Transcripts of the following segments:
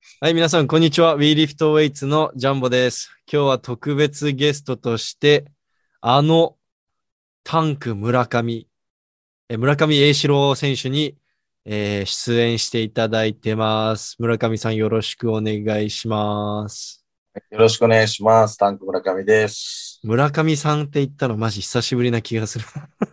はい、皆さん、こんにちは。WeLiftWeights のジャンボです。今日は特別ゲストとして、タンク村上、村上栄志郎選手に、出演していただいてます。村上さん、よろしくお願いします。 よろしくお願いします。タンク村上です。 村上さんって言ったのマジ久しぶりな気がする。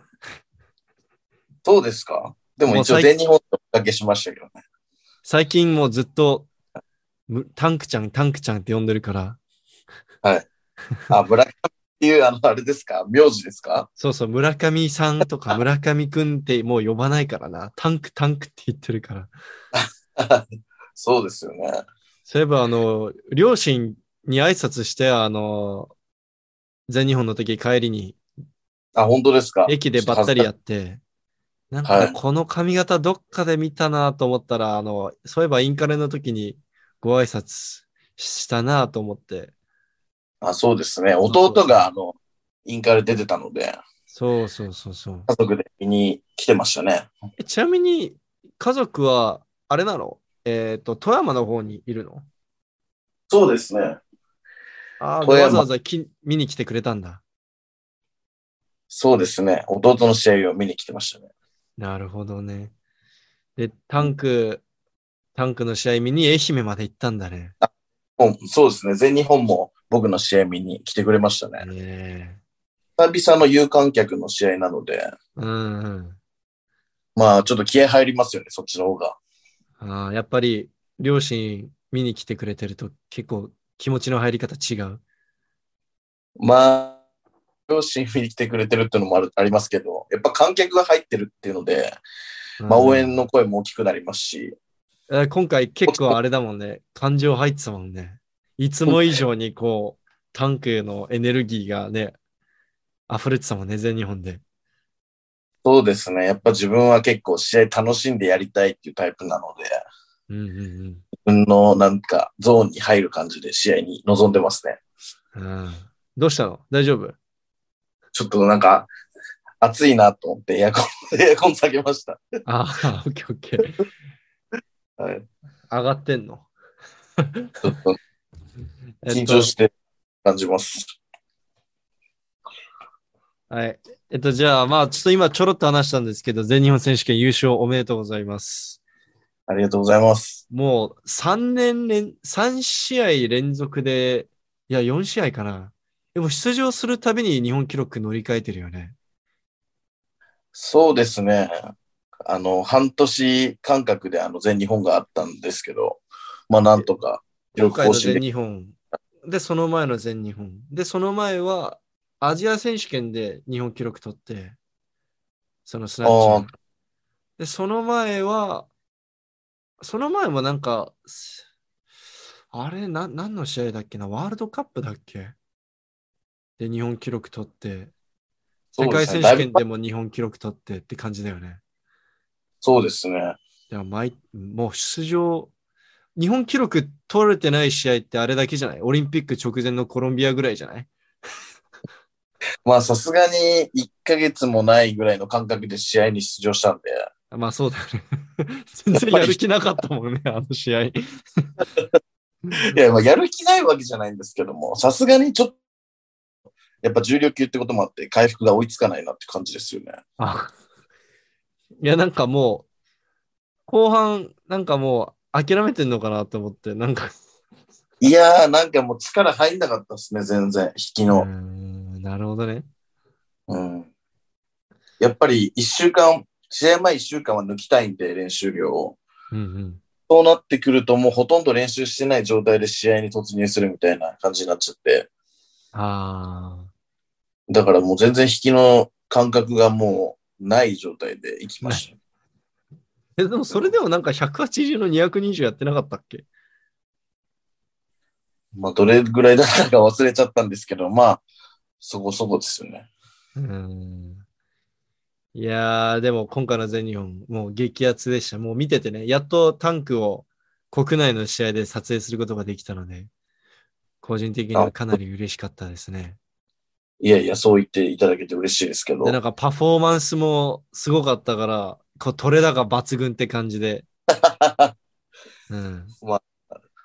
そうですか？でももう一応全日本とおかけしましたけどね。 最近もうずっとタンクちゃん、タンクちゃんって呼んでるから、 はい。あ、村上っていう、あれですか？名字ですか？ そうそう、村上さんとか村上くんってもう呼ばないからな。タンク、タンクって言ってるから。 そうですよね。 そういえば、両親に挨拶して、全日本の時帰りにあ、本当ですか？ 駅でちょっとばったりや恥ずかしい。 って、なんかはい。 この髪型どっかで見たなと思ったら、そういえばインカレの時にご挨拶したなと思って。 あ、そうですね。 そうそうそう。 弟が、インカレ出てたので、 そうそうそうそう。 家族で見に来てましたね。 ちなみに、家族は、あれなの？富山の方にいるの？ そうですね。 ああ、で、 富山、 わざわざ見に来てくれたんだ。 そうですね。弟の試合を見に来てましたね。 なるほどね。で、タンクの試合見に愛媛まで行ったんだね。 そうですね。全日本も僕の試合見に来てくれましたね。 ええ、 久々の有観客の試合なので、 うんうん。 まあ、ちょっと気合入りますよね、そっちの方が。 ああ、やっぱり、両親見に来てくれてると結構気持ちの入り方違う。 まあ、両親見に来てくれてるっていうのもありますけど、やっぱ観客が入ってるっていうので、 うまあ、応援ん。 の声も大きくなりますし、 今回結構あれだもんね。感情入ってたもんね。いつも以上にこう、タンクのエネルギーがね、溢れてたもんね、全日本で。 そうですね。やっぱ自分は結構試合楽しんでやりたいっていうタイプなので、 うんうん自分のなんかゾーンに入る感じで試合に臨んでますね。 うん。うん、どうしたの？大丈夫？ ちょっとなんか暑いなと思ってエアコン下げました。 ああ、オッケーオッケー。 はい。 上がってんの？ ちょっと緊張えっと、 して感じます。 はい。じゃあ、まあ、ちょっと今ちょろっと話したんですけど、全日本選手権優勝おめでとうございます。 ありがとうございます。 もう3試合連続で、いや、4試合かな。でも出場するたびに日本記録乗り換えてるよね。 そうですね。半年間隔で全日本があったんですけど、まあなんで、 とか記今回の全録更新で、 日本、で、その前の全日本、で、その前はアジア選手権で日本記録取って、そのスナッチあの。で、その前もなんか、あれ、何の試合だっけな？ワールドカップだっけ？で、日本記録取って、世界そうですね。 選手権でも日本記録取ってって感じだよね。 そうですね。 でももう出場、日本記録取れてない試合ってあれだけじゃない？オリンピック直前のコロンビアぐらいじゃない？ まあさすがに1ヶ月もないぐらいの間隔で試合に出場したんで、 まあそうだよね。全然やっぱり、 やる気なかったもんね、あの試合。 いや、まあやる気ないわけじゃないんですけども、さすがにちょっと、やっぱ重量級ってこともあって回復が追いつかないなって感じですよね。 あ、いや、なんかもう、後半、なんかもう諦めてんのかなと思って、なんかいやー、なんかもう力入んなかったですね、全然、引きの。 なるほどね。 うん。やっぱり1週間、試合前1週間は抜きたいんで、練習量を。 うんうん。 そうなってくると、もうほとんど練習してない状態で試合に突入するみたいな感じになっちゃって、 ああ、 だからもう全然引きの感覚がもうない状態で行きまない。 した。 でもそれでもなんか180の220やってなかったっけ？ まあ、どれぐらいだったか忘れちゃったんですけど、まあ、そこそこですよね。 うん。いやー、でも今回の全日本、もう激アツでした。もう見ててね、やっとタンクを国内の試合で撮影することができたので、個人的にあ、 はかなり嬉しかったですね。 いやいや、そう言っていただけて嬉しいですけで、なんど、 かパフォーマンスもすごかったから、こう取れ高抜群って感じで、うん。 まあ、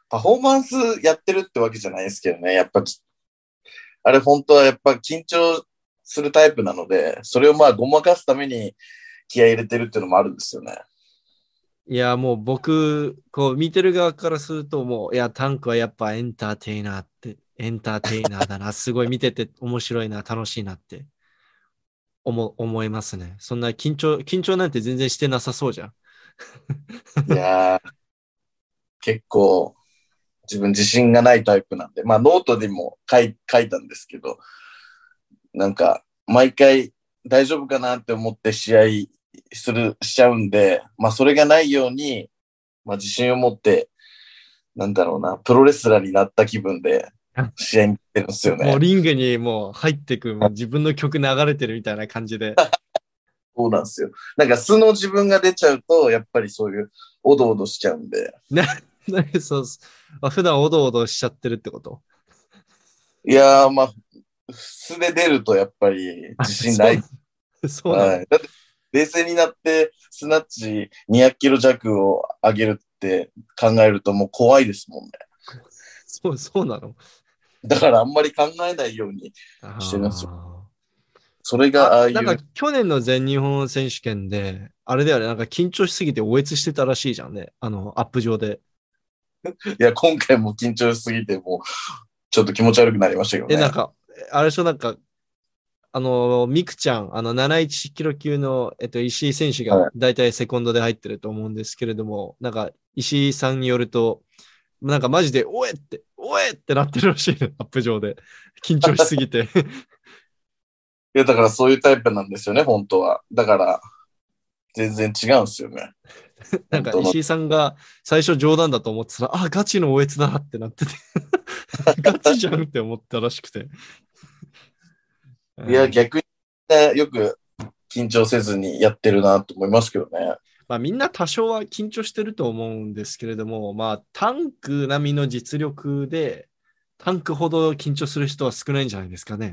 パフォーマンスやってるってわけじゃないですけどね。やっぱ、あれ本当はやっぱ緊張するタイプなので、それをまあごまかすために気合い入れてるっていうのもあるんですよね。 いや、もう僕、こう見てる側からすると、もう、いや、タンクはやっぱエンターテイナーだな。すごい見てて面白いな、楽しいなって思いますね。そんな緊張なんて全然してなさそうじゃん。 いやー、結構自分自信がないタイプなんで、まあノートでも書いたんですけど、なんか毎回大丈夫かなって思って試合しちゃうんで、まあそれがないように、まあ自信を持って、なんだろうな、プロレスラーになった気分で試合に行ってるんですよね。 もうリングにもう入ってく、もう自分の曲流れてるみたいな感じで。 そうなんですよ。なんか素の自分が出ちゃうと、やっぱりそういうおどおどしちゃうんで。 な、そう普段おどおどしちゃってるってこと？ いやー、まあ、素で出るとやっぱりあ、 自信ない。 そうなの？ はい。だって冷静になってスナッチ200キロ弱を上げるって考えるともう怖いですもんね。 そうなの？ だからあんまり考えないようにしてるんですよ。 あそれあ。あ、 がああいう、 なんか去年の全日本選手権で、あれだよね、なんか緊張しすぎておえつしてたらしいじゃんね。アップ上で。 いや、今回も緊張しすぎてもうちょっと気持ち悪くなりましたけどなんね。 か、あれでしょ、なんか、ミクちゃん、71キロ級の、石井選手がはい。 大体セコンドで入ってると思うんですけれども、なんか、石井さんによると、なんかマジで、おえってなってるらしいね、アップ上で。緊張しすぎて。 いや、だからそういうタイプなんですよね、本当は。だから全然違うんですよね。 なん本当の。 か石井さんが最初冗談だと思ってたら、あ、ガチのおえつだなってなっててガチじゃんって思ったらしくて。ういや、 ん、 逆にね、よく緊張せずにやってるなと思いますけどね。 まあ、みんな多少は緊張してると思うんですけれども、まあ、タンク並みの実力で、タンクほど緊張する人は少ないんじゃないですかね。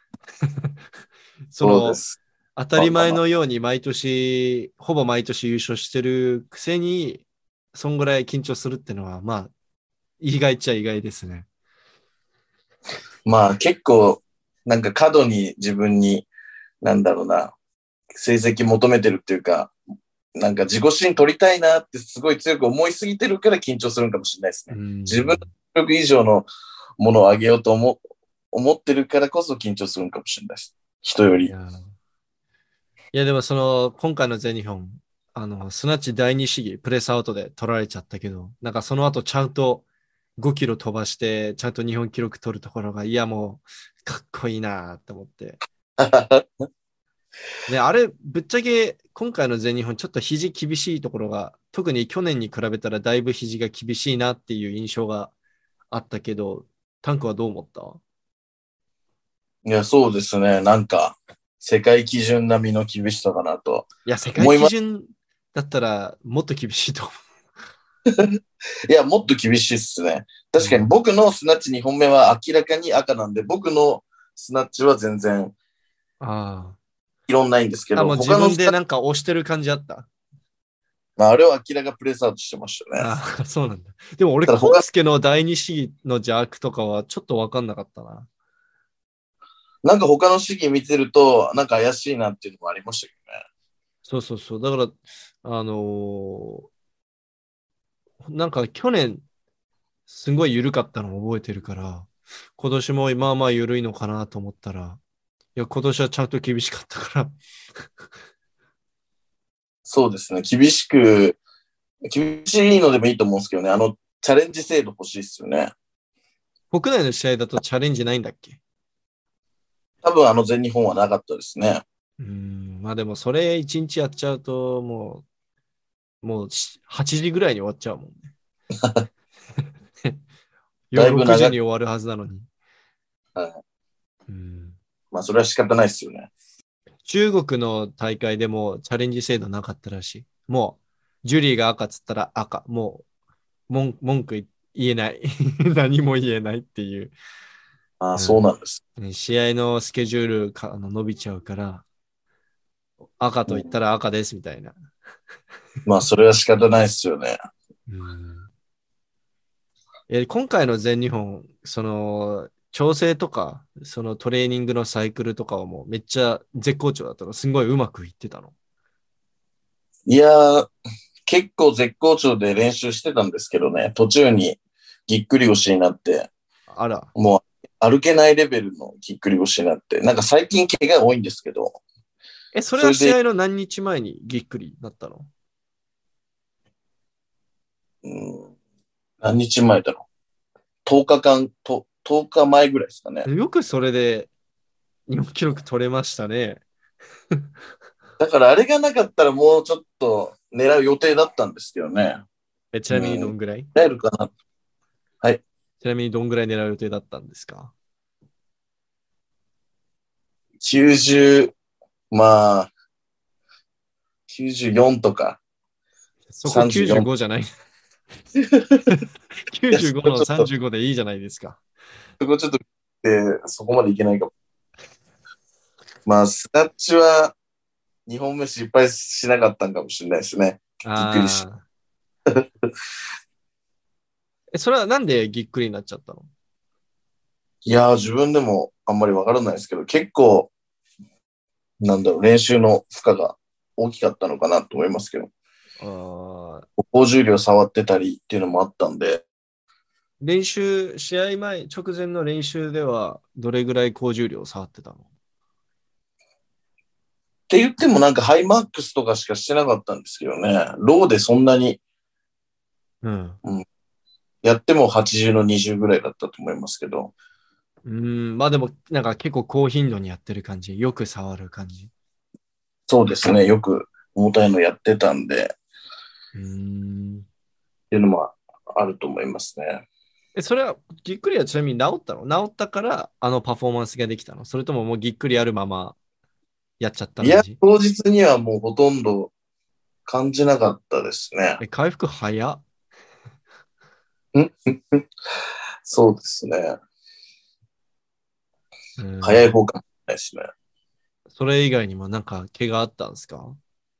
その、 そうです。 当たりそんなの。 前のようにほぼ毎年優勝してるくせに、そんぐらい緊張するっていうのは、まあ、意外っちゃ意外ですね。 まあ結構、なんか過度に自分に、なんだろうな、成績求めてるっていうか、なんか自己新取りたいなってすごい強く思いすぎてるから緊張するんかもしれないですうね。自分のん。 実力以上のものを上げようと思ってるからこそ緊張するんかもしれないです。人より。 いや、でも今回の全日本、スナッチ第二試技、プレスアウトで取られちゃったけど、なんかその後ちゃんと5キロ飛ばして、ちゃんと日本記録取るところが、いやもう、かっこいいなって思って。ね、あれ、ぶっちゃけ今回の全日本、ちょっと肘厳しいところが、特に去年に比べたらだいぶ肘が厳しいなっていう印象があったけど、タンクはどう思った？ いや、そうですね。なんか、世界基準並みの厳しさかなといや、世界思います。 基準だったらもっと厳しいと思いや、もっと厳しいっすね。 う。う確かにん、 僕のスナッチ2本目は明らかに赤なんで、僕のスナッチは全然あいろんないんですけあ。あ、 ど、 もう自分他のスナッチ、 でなんか押してる感じあった？ まあ、あれは明らかプレスアウトしてましたね。 ああ、そうなんだ。でも俺、 ただ他、 コンスケの第二試技の邪悪とかはちょっとわかんなかったな。 なんか他の試技見てると、なんか怪しいなっていうのもありましたけそうそうそう。だから、なんか去年、すごい緩かったのを覚えてるから、今年もまあまあ緩いのかなと思ったら、いや、今年はちゃんと厳しかったから、 そうですね。厳しいのでもいいと思うんですけどね。チャレンジ制度欲しいですよね。 国内の試合だとチャレンジないんだっけ？ 多分全日本はなかったですね。 まあでもそれ一日やっちゃうと、もう8時ぐらいに終わっちゃうもんね。夜6時だいぶ長い。 に終わるはずなのに。 はい。 うん、 まあ、それは仕方ないですよね。 中国の大会でもチャレンジ制度なかったらしい。もう、ジュリーが赤っつったら赤。もう、文句言えない。何も言えないっていう。 ああ、 うん、 そうなんです。 試合のスケジュールか伸びちゃうから、赤とうん、 言ったら赤ですみたいな。 まあ、それは仕方ないですよね。 うん、 今回の全日本、その、調整とか、そのトレーニングのサイクルとかはもうめっちゃ絶好調だったの。すごいうまくいってたの。 いやー、結構絶好調で練習してたんですけどね、途中にぎっくり腰になって、 あら。 もう歩けないレベルのぎっくり腰になって、なんか最近怪我多いんですけど、 それはそれで、 試合の何日前にぎっくりなったの？ うん、何日前だろう。10日間、10日前ぐらいですかね。 よくそれで日本記録取れましたね。 だからあれがなかったらもうちょっと狙う予定だったんですけどね。 ちなみにうん。 どんぐらい狙えるかな。はい。 ちなみにどんぐらい狙う予定だったんですか？ 90、まあ、94とかそこ 34。 95じゃない？ いや、そ 95 のこちょっと、 35でいいじゃないですか。 そこちょっと、そこまでいけないかも。まあ、スナッチは2本目失敗しなかったんかもしれないですね。ぎっくりし。 ああ。それはなんでぎっくりになっちゃったの？ いやー、自分でもあんまりわからないですけど、結構、なんだろう、練習の負荷が大きかったのかなと思いますけど、 ああ。 高重量触ってたりっていうのもあったんで、 練習、試合前、直前の練習ではどれぐらい高重量を触ってたの？ って言ってもなんかハイマックスとかしかしてなかったんですけどね、ローでそんなに、 うん。 うん、やっても80の20ぐらいだったと思いますけど、 まあでも、なんか結構高頻度にやってる感じ。よく触る感じ。 そうですね、よく重たいのやってたんで、 うーん。 っていうのもあると思いますね。 それは、ぎっくりはちなみに治ったの？治ったから、あのパフォーマンスができたの？それとももうぎっくりあるままやっちゃったいや、 感じ？ 当日にはもうほとんど感じなかったですね。 回復早っ。 んそうですね。 うん。 早い方かもしれないですね。 それ以外にもなんか怪我あったんですか？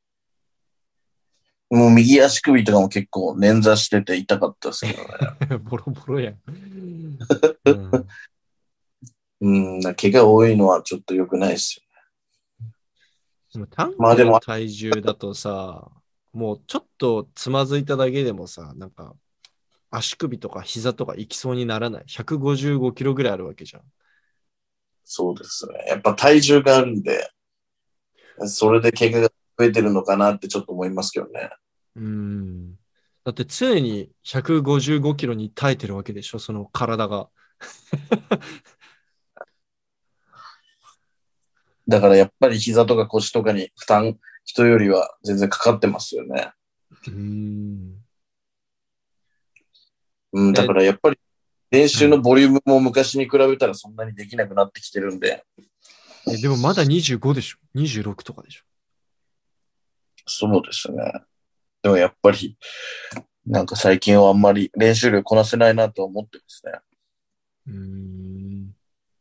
もう右足首とかも結構捻挫してて痛かったですけどね。 ボロボロやん。うん。 うん、怪我多いのはちょっと良くないですよ。 でもタンまあでも、 クの体重だとさ、もうちょっとつまずいただけでもさ、なんか足首とか膝とかいきそうにならない？ 155 キロぐらいあるわけじゃん。 そうですね。やっぱ体重があるんで、それで怪我が増えてるのかなってちょっと思いますけどね。 うん。だって常に155キロに耐えてるわけでしょ、その体が。 だからやっぱり膝とか腰とかに負担、人よりは全然かかってますよね。 うん。 うん、だえ、 からやっぱり練うん。 習のボリュームも昔に比べたらそんなにできなくなってきてるんで、 でもまだ25でしょ？ 26 とかでしょ？ そうですね。でもやっぱり、なんか最近はあんまり練習量こなせないなと思ってますね。 うん。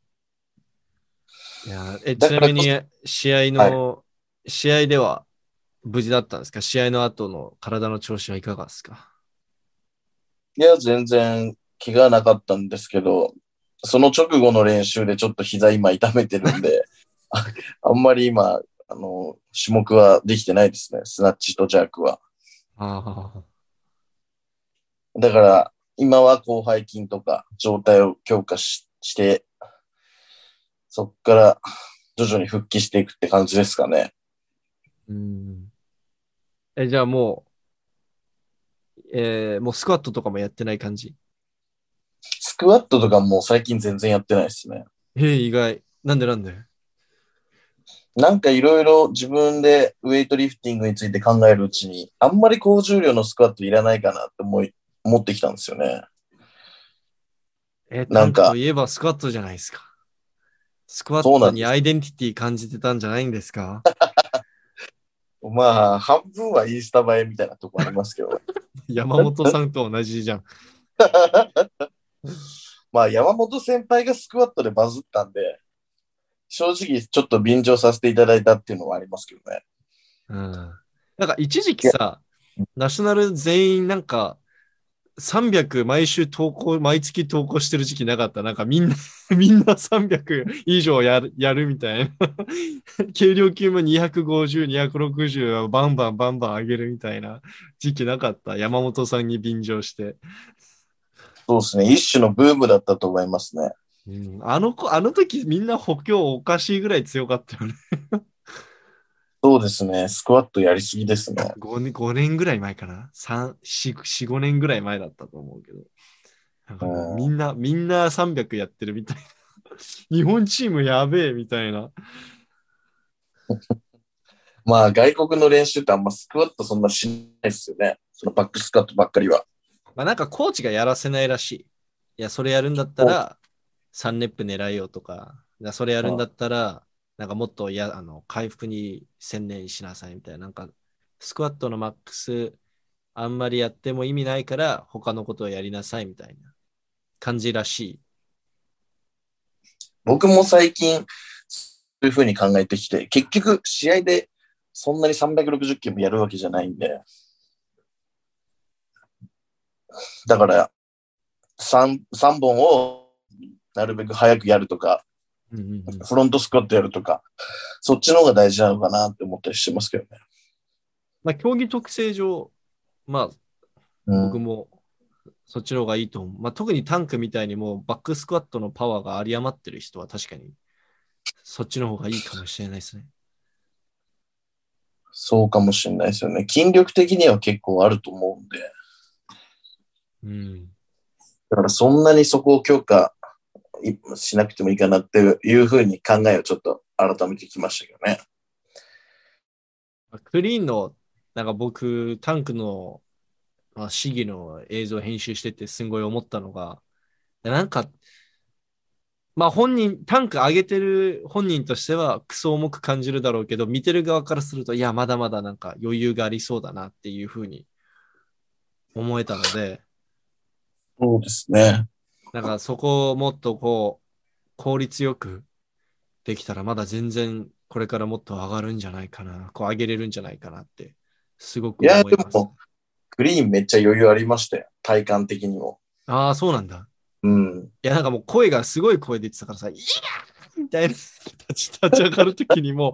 いや、ちだからこそ、 なみにはい。 試合では無事だったんですか？試合の後の体の調子はいかがですか？ いや、全然気がなかったんですけど、その直後の練習でちょっと膝今痛めてるんで、ああんまり今、種目はできてないですね。スナッチとジャークは。 ああ。 だから、今は広背筋とか状態を強化して、そっから徐々に復帰していくって感じですかね。 うん。じゃあもうスクワットとかもやってない感じ？ スクワットとかもう最近全然やってないですね。 意外。なんで？ なんかいろいろ自分でウェイトリフティングについて考えるうちに、あんまり高重量のスクワットいらないかなって思ってきたんですよね。 タンクとなんか、 いえばスクワットじゃないですか。スクワットそうなんです。 にアイデンティティ感じてたんじゃないんですか？ まあ、半分はインスタ映えみたいなとこありますけどね。 山本さんと同じじゃん。 まあ、山本先輩がスクワットでバズったんで、正直ちょっと便乗させていただいたっていうのはありますけどね。 うん。なんか一時期いや、 さ、ナショナル全員なんか 300毎週毎月投稿してる時期なかった。なんかみんなみんな300以上やるみたいな。軽量級も250、260バンバンバンバン上げるみたいな時期なかった。山本さんに便乗して。 そうですね。一種のブームだったと思いますね。 うん、あの時みんな補強おかしいぐらい強かったよね。 そうですね。スクワットやりすぎですね。 5年ぐらい前かな。4、5年ぐらい前だったと思うけど。だからみんな300やってるみたいな。日本チームやべえみたいな。 まあ、外国の練習ってあんまスクワットそんなしないですよね。そのバックスクワットばっかりは。 まあなんかコーチがやらせないらしい。いや、それやるんだったら3レップ狙えようとか、それやるんだったら、なんかもっと回復に専念しなさいみたいな。なんかスクワットのマックスあんまりやっても意味ないから他のことをやりなさいみたいな感じらしい。 僕も最近、そういうふうに考えてきて、結局、試合でそんなに360キロもやるわけじゃないんで、だから3本をなるべく早くやるとか、フロントスクワットやるとか、そっちの方が大事なのかなって思ったりしてますけどね。 まあ、競技特性上、まあ、僕もそっちの方がいいと思う。まあ、特にタンクみたいにもうバックスクワットのパワーが有り余ってる人は確かにそっちの方がいいかもしれないですね。 そうかもしれないですよね。筋力的には結構あると思うんで。 うん。 だからそんなにそこを強化しなくてもいいかなっていうふうに考えをちょっと改めてきましたけどね。 クリーンの、なんか僕、タンクの、試技の映像を編集しててすごい思ったのが、なんか、まあタンク上げてる本人としてはクソ重く感じるだろうけど、見てる側からすると、いや、まだまだなんか余裕がありそうだなっていうふうに思えたので、 そうですね。 なんかそこをもっと効率よくできたら、まだ全然これからもっと上がるんじゃないかな、上げれるんじゃないかなって、すごくいや、 思います。 でも、グリーンめっちゃ余裕ありましたよ。体感的にも。 ああ、そうなんだ。 うん。 いや、なんかもう声がすごい声出てたからさ、いやーみたいな立ち上がるときにも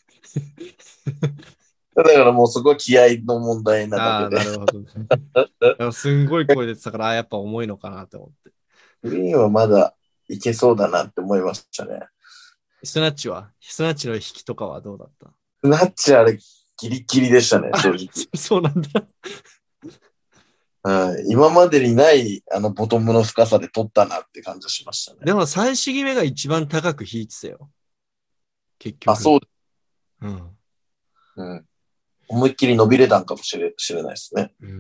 だからもうそこは気合の問題なだああ、 けで。 なるほど。すんごい声出てたから、やっぱ重いのかなって思って。 グリーンはまだいけそうだなって思いましたね。 スナッチの引きとかはどうだった？ ナッチあれギリギリでしたね、正直。 そうなんだ。 はい、今までにないボトムの深さで取ったなって感じしましたね。 でも3試技目が一番高く引いてたよ。結あ、 局。 そう。 うん。 うん。思いっきり伸びれたんかもしれないですね。 うん、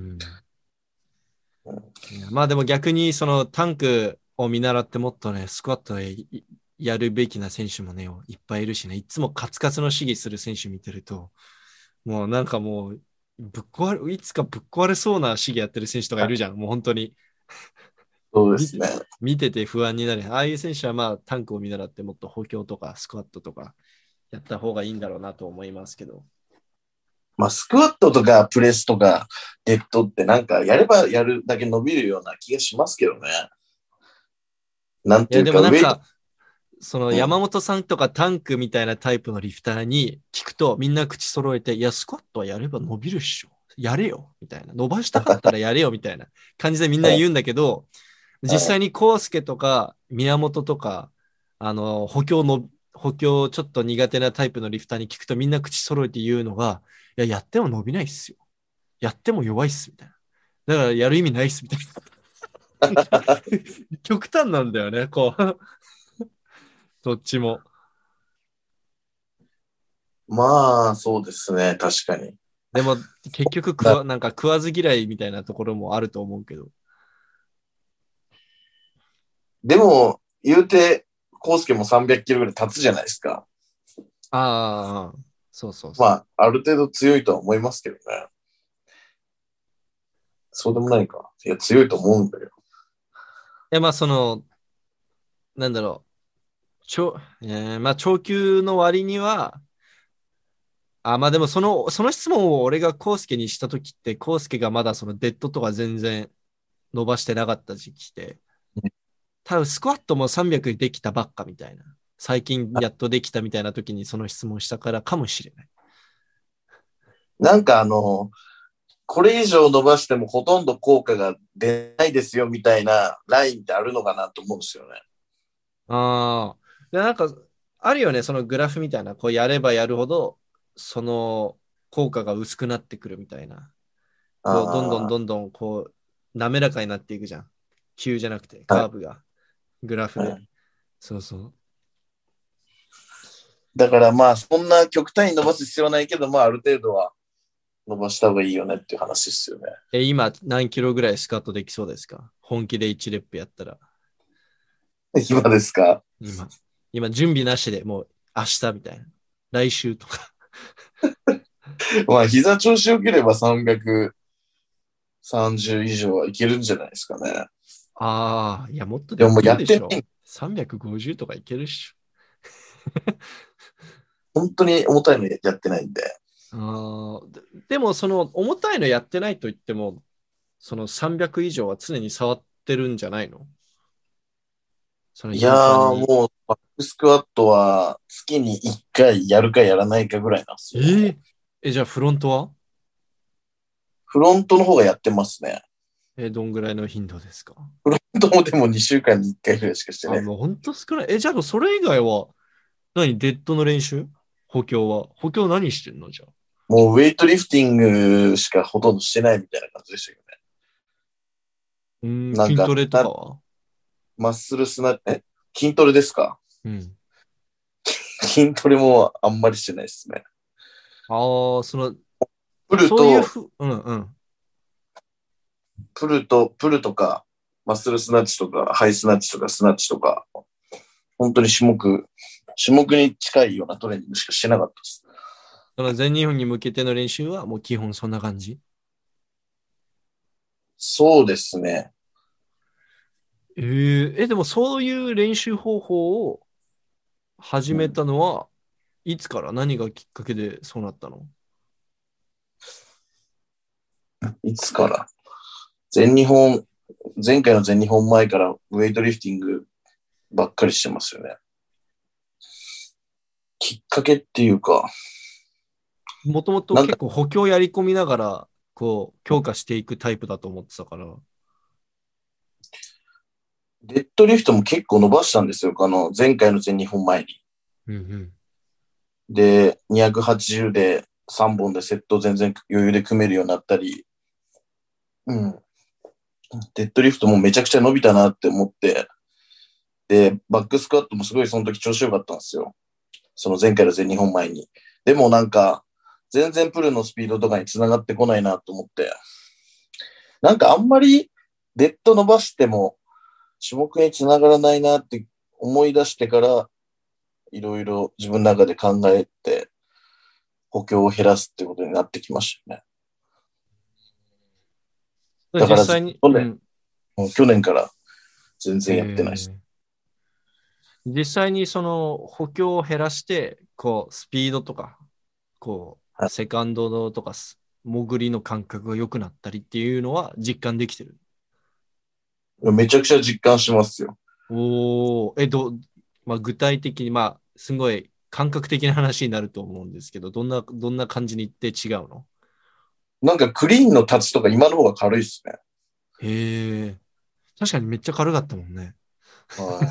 まあでも逆にそのタンクを見習ってもっとね、スクワットでやるべきな選手もね、いっぱいいるしね、いつもカツカツの試技する選手見てると、もうなんかもう、いつかぶっ壊れそうな試技やってる選手とかいるじゃん、もう本当に。 そうですね。 見てて不安になる。ああいう選手はまあタンクを見習ってもっと補強とかスクワットとかやった方がいいんだろうなと思いますけど。 まあ、スクワットとかプレスとかデッドってなんかやればやるだけ伸びるような気がしますけどね。なんいやでていうか、 もなんか、その山本さんとかタンクみたいなタイプのリフターに聞くとみんな口揃えて、いや、スクワットはやれば伸びるっしょ。やれよみたいな。伸ばしたかったらやれよみたいな感じでみんな言うんだけど、実際にコウスケとか宮本とか、補強ちょっと苦手なタイプのリフターに聞くとみんな口揃えて言うのが、いや、やっても伸びないっすよ。やっても弱いっすみたいな。だからやる意味ないっすみたいな。極端なんだよね、どっちも。 まあ、そうですね。確かに。 でも結局なんか食わず嫌いみたいなところもあると思うけど。 でも、言うて、コウスケも300キロぐらい経つじゃないですか。 ああ、そうそうそう。 まあ、ある程度強いとは思いますけどね。そうでもないか。いや、強いと思うんだけど。 まあなんだろう。まあ長級の割には、まあでもその質問を俺がコウスケにしたときって、コウスケがまだそのデッドとか全然伸ばしてなかった時期で、多分スクワットも300できたばっかみたいな。最近やっとできたみたいな時にその質問したからかもしれない。 なんかこれ以上伸ばしてもほとんど効果が出ないですよみたいなラインってあるのかなと思うんですよね。 ああ。で、なんか、あるよね、そのグラフみたいな。こうやればやるほど、その効果が薄くなってくるみたいな。こう、どんどんあどんどん、こう、滑らかになっていくじゃん。急じゃなくて、 あ、はい、 カーブが、グラフで。 はい。 そうそう。 だからまあ、そんな極端に伸ばす必要はないけど、まあ、ある程度は伸ばした方がいいよねっていう話ですよね。 今、何キロぐらいスカットできそうですか？本気で1レップやったら。 今ですか？ 今、今、準備なしでもう明日みたいな。来週とか。 まあ、膝調子良ければ330以上はいけるんじゃないですかね。 ああ、いや、もっとできでももうやるでしょ。 ってない、 350とかいけるっし本当に重たいのやってないんで。 ょ。でも、その重たいのやってないと言っても、その300以上は常に触ってるんじゃないの？そのいや頻繁ー、 に。 もう、バックスクワットは月に1回やるかやらないかぐらいなんですよ。 じゃあフロントはフロントの方がやってますね。 どんぐらいの頻度ですか？ フロントもでも2週間に1回ぐらいしかしてない。 もうほんと少ない。じゃあそれ以外はデッドの練習？補強は補強何してんのじゃあ。 もうウェイトリフティングしかほとんどしてないみたいな感じでしたけどね。なんか、 筋トレとかは？ マッスルスナ、筋トレですか？ うん。 筋トレもあんまりしてないですね。 ああ、 プルと、 そういうふ、うんうん。 プルとか、マッスルスナッチとか、ハイスナッチとか、スナッチとか、本当に種目に近いようなトレーニングしかしてなかったです。 その全日本に向けての練習はもう基本そんな感じ？ そうですね。 でもそういう練習方法を始めたのはいつから何がきっかけでそうなったの？ いつから全日本、前回の全日本前からウェイトリフティングばっかりしてますよね。きっかけっていうか、 もともとなんか結構補強やり込みながらこう強化していくタイプだと思ってたから。 デッドリフトも結構伸ばしたんですよ。前回の全日本前に。 うんうん。 で、280で3本でセット全然余裕で組めるようになったり、うん。デッドリフトもめちゃくちゃ伸びたなって思って、で、バックスクワットもすごいその時調子良かったんですよ。その前回の全日本前に。でもなんか、全然プルのスピードとかにつながってこないなと思って、なんかあんまりデッド伸ばしても種目につながらないなって思い出してから、いろいろ自分の中で考えて、補強を減らすってことになってきましたよね。だから実際に、 もう去年から全然やってないです。 え実際にその補強を減らして、こう、スピードとか、こう、 はい、 セカンドとか潜りの感覚が良くなったりっていうのは実感できてる？ めちゃくちゃ実感しますよ。 おー、まあ、具体的に、まあ、すごい感覚的な話になると思うんですけど、どんな感じに言って違うの？ なんかクリーンの立ちとか今の方が軽いですね。 へえ、確かにめっちゃ軽かったもんね。 はい。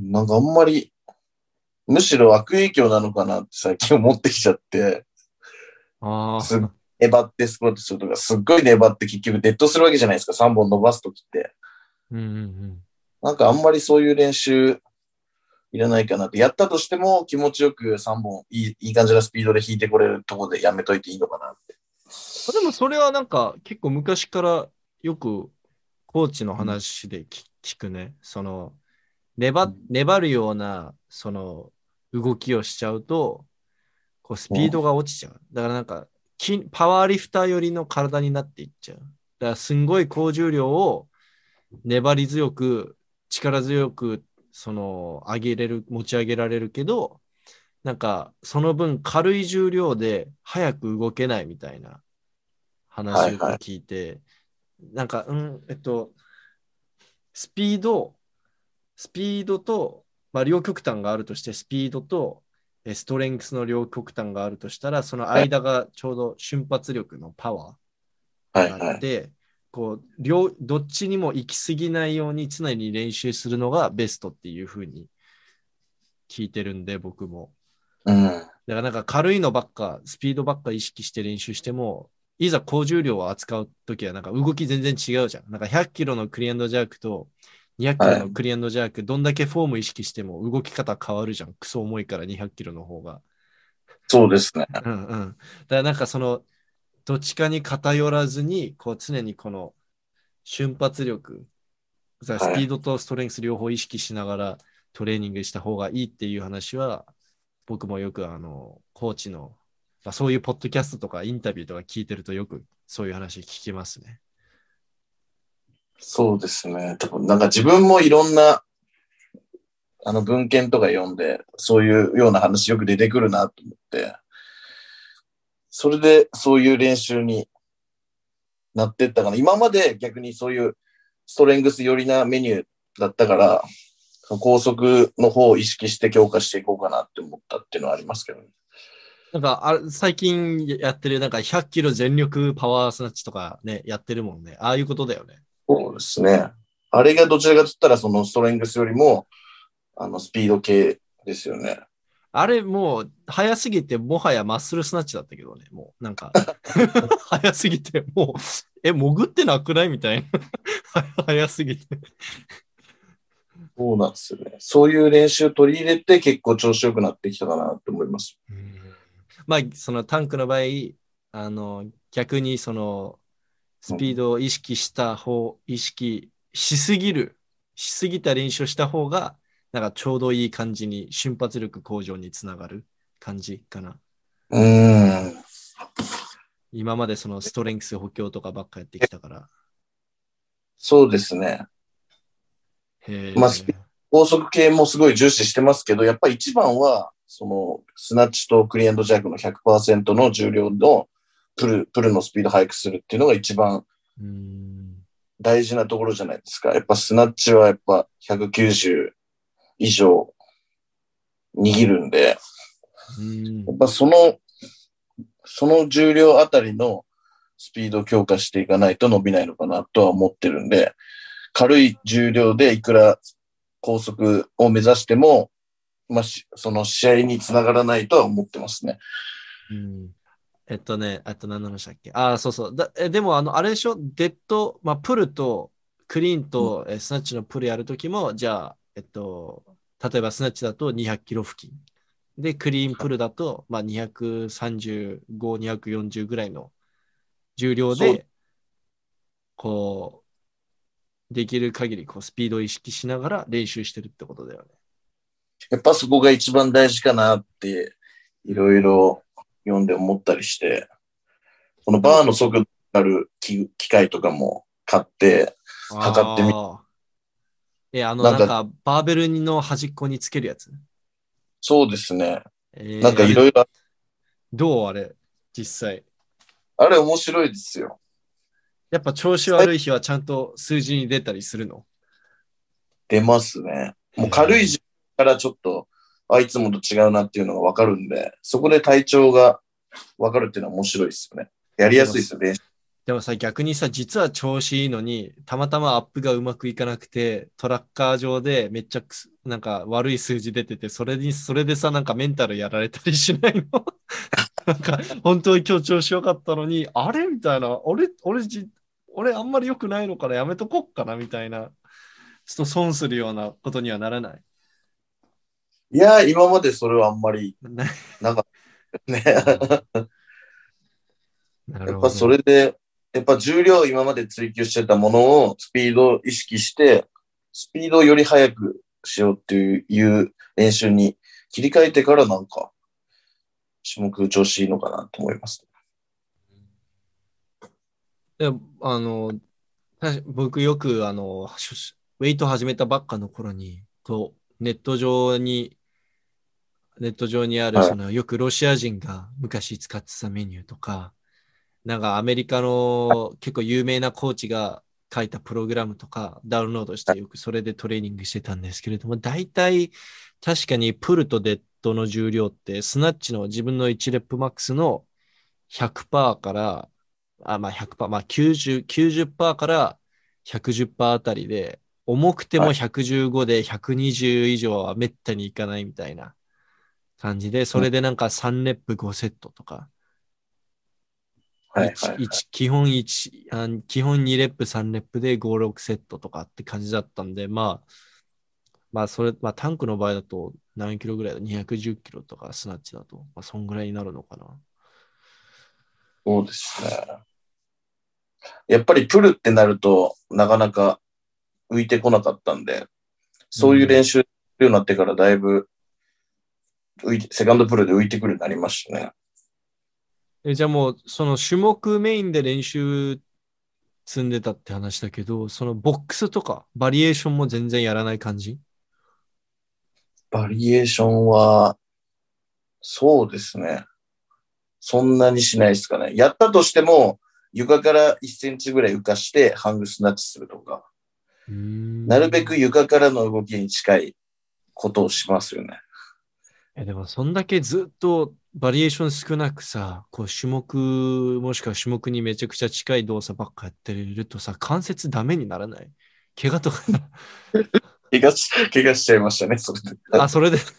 なんかあんまり、むしろ悪影響なのかなって最近思ってきちゃって、すっああ、 粘ってスクワットするとか、すっごい粘って結局デッドするわけじゃないですか、3本伸ばすときって。 うんうんなんかあんまりそういう練習いらないかなって。やったとしても気持ちよく3本いい感じのスピードで引いてこれるところでやめといていいのかなって。 でもそれはなんか結構昔からよくコーチのうん、 話で聞くね。粘るようなその動きをしちゃうと、こうスうん、 ピードが落ちちゃう。だからなんかパワーリフター寄りの体になっていっちゃう。だからすんごい高重量を粘り強く、力強く持ち上げられるけど、なんかその分軽い重量で早く動けないみたいな話をはいはい。 聞いて、 なんか、スピード、スピードと、まあ、両極端があるとして、スピードとストレングスの両極端があるとしたら、そのはい、 間がちょうど瞬発力のパワーがあっはい、はい。 て、こうどっちにも行き過ぎないように常に練習するのがベストっていうふうに聞いてるんで、僕も。 うん。 だからなんか軽いのばっか、スピードばっか意識して練習しても、いざ高重量を扱うときはなんか動き全然違うじゃん。なんか100キロのクリアンドジャークと200キロはい。 のクリアンドジャーク、どんだけフォーム意識しても動き方変わるじゃん。クソ重いから200キロの方が。 そうですね。 うんうん。だからなんかその、どっちかに偏らずに、こう常にこの瞬発力、スはい。 ピードとストレングス両方意識しながらトレーニングした方がいいっていう話は、僕もよくコーチの、まあ、そういうポッドキャストとかインタビューとか聞いてるとよくそういう話聞きますね。 そうですね。多分、なんか自分もいろんな、文献とか読んで、そういうような話よく出てくるなと思って、それでそういう練習になってったかな。今まで逆にそういうストレングス寄りなメニューだったから、高速の方を意識して強化していこうかなって思ったっていうのはありますけどね。 なんか最近やってるなんか100キロ全力パワースナッチとかね、やってるもんね。ああいうことだよね。 そうですね。あれがどちらかと言ったら、そのストレングスよりも、スピード系ですよね。 あれもう早すぎてもはやマッスルスナッチだったけどね。もうなんか早すぎてもう、潜ってなくないみたいな。早すぎて。 そうなんですよね。そういう練習取り入れて結構調子良くなってきたかなって思います。 まあ、そのタンクの場合、逆にそのスうん、 ピードを意識した方、意識しすぎる、しすぎた練習をした方が、なんかちょうどいい感じに瞬発力向上につながる感じかな。 うーん、 今までそのストレングス補強とかばっかやってきたから。 そうですね。 へまあ、 え。 高速系もすごい重視してますけど、やっぱり一番は、その、スナッチとクリアンドジャークの100%の重量のプルのスピード速くするっていうのが一番うーん。 大事なところじゃないですか。やっぱスナッチはやっぱ190以上握るんで、 うーん。 やっぱその重量あたりのスピードを強化していかないと伸びないのかなとは思ってるんで、軽い重量でいくら高速を目指しても、まあ、その試合につながらないとは思ってますね。 うん。あと何の話だっけ。ああ、そうそう。でも、あれでしょ、デッド、まあ、プルとクリーンとスナッチのプルやるときも、じゃあ、例えばスナッチだと200キロ付近。で、クリーンプルだと、まあ、235、240ぐらいの重量そう、 で、こできる限りこうスピードを意識しながら練習してるってことだよね。 やっぱそこが一番大事かなって、いろいろ読んで思ったりして、このなんバーの速度になる機械とかも買って、測ってみ、 ああ、なんなんか、 かバーベルの端っこにつけるやつ。 そうですね。なんかあれ、 いろいろ、 どうあれ、実際。 あれ面白いですよ。 やっぱ調子悪い日はちゃんと数字に出たりするの？ 出ますね。 へもう軽いえ。 時からちょっと、いつもと違うなっていうのがわかるんで、そこで体調がわかるっていうのは面白いですよね。やりでも、 やすいですよね。 でもさ、逆にさ、実は調子いいのに、たまたまアップがうまくいかなくて、トラッカー上でめっちゃなんか悪い数字出てて、それでさ、なんかメンタルやられたりしないの？なんか、本当に今日調子よかったのに、あれみたいな、俺あんまり良くないのかな、やめとこっかなみたいな、ちょっと損するようなことにはならない。 いや、今までそれはあんまりなかったね。 なやっぱそるほど。 れで、やっぱ重量を今まで追求してたものをスピードを意識して、スピードをより速くしようっていう練習に切り替えてからなんか種目調子いいのかなと思います。 で、僕よく、ウェイト始めたばっかの頃に、ネット上にある、 はい。 よくロシア人が昔使ってたメニューとか、 なんかアメリカの結構有名なコーチが書いたプログラムとかダウンロードしてよくそれでトレーニングしてたんですけれども、大体確かにプルとデッドの重量ってスナッチの自分の1レップマックスの100%から、まあ100%、まあ90%から110%あたりで、重くてもはい。 115で120以上はめったにいかないみたいな感じで、そうん。 れでなんか3レップ5セットとか、 はいはいはい。 基本2レップ3レップで5、6セットとかって感じだったんで、まあタンクの場合だと何キロぐらいだ？ 210 キロとかスナッチだと、まあそんぐらいになるのかな。 そうですね。やっぱりプルってなると、なかなか浮いてこなかったんで、そういううん。 練習するようになってからだいぶセカンドプルで浮いてくるようになりましたね。 じゃあもう、その種目メインで練習積んでたって話だけど、そのボックスとかバリエーションも全然やらない感じ？ バリエーションは、そうですね。そんなにしないですかね。やったとしても、床から1センチぐらい浮かしてハングスナッチするとか、 うーなるべくん。 床からの動きに近いことをしますよね。 でも、そんだけずっとバリエーション少なくさ、こう種目、もしくは種目にめちゃくちゃ近い動作ばっかやってるとさ、関節ダメにならない？怪我とか怪我しちゃいましたね、それで。 あ、それで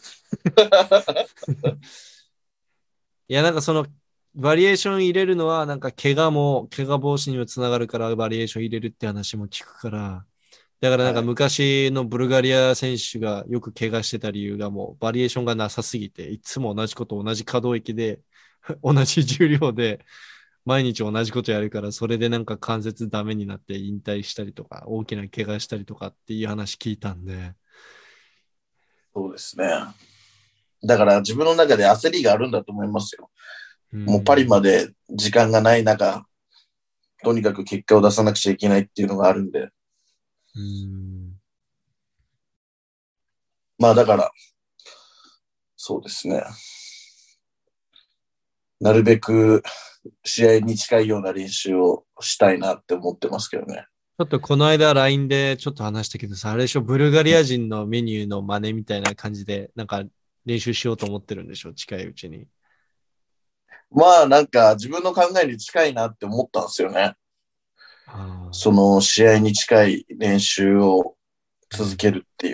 いや、なんかその、バリエーション入れるのは、なんか怪我防止にもつながるから、バリエーション入れるって話も聞くから、だからなんかはい。 昔のブルガリア選手がよく怪我してた理由がもうバリエーションがなさすぎて、いつも同じこと同じ可動域で、同じ重量で毎日同じことやるから、それでなんか関節ダメになって引退したりとか、大きな怪我したりとかっていう話聞いたんで。 そうですね。だから自分の中で焦りがあるんだと思いますよ。 うもうパリん。 まで時間がない中、とにかく結果を出さなくちゃいけないっていうのがあるんで。 うん。 まあだから、そうですね。なるべく試合に近いような練習をしたいなって思ってますけどね。 ちょっとこの間 LINE でちょっと話したけどさ、あれでしょ、ブルガリア人のメニューの真似みたいな感じで、なんか練習しようと思ってるんでしょ、近いうちに。 まあなんか自分の考えに近いなって思ったんですよね。 あその試合に近い練習をあ。うん。 続けるっていう。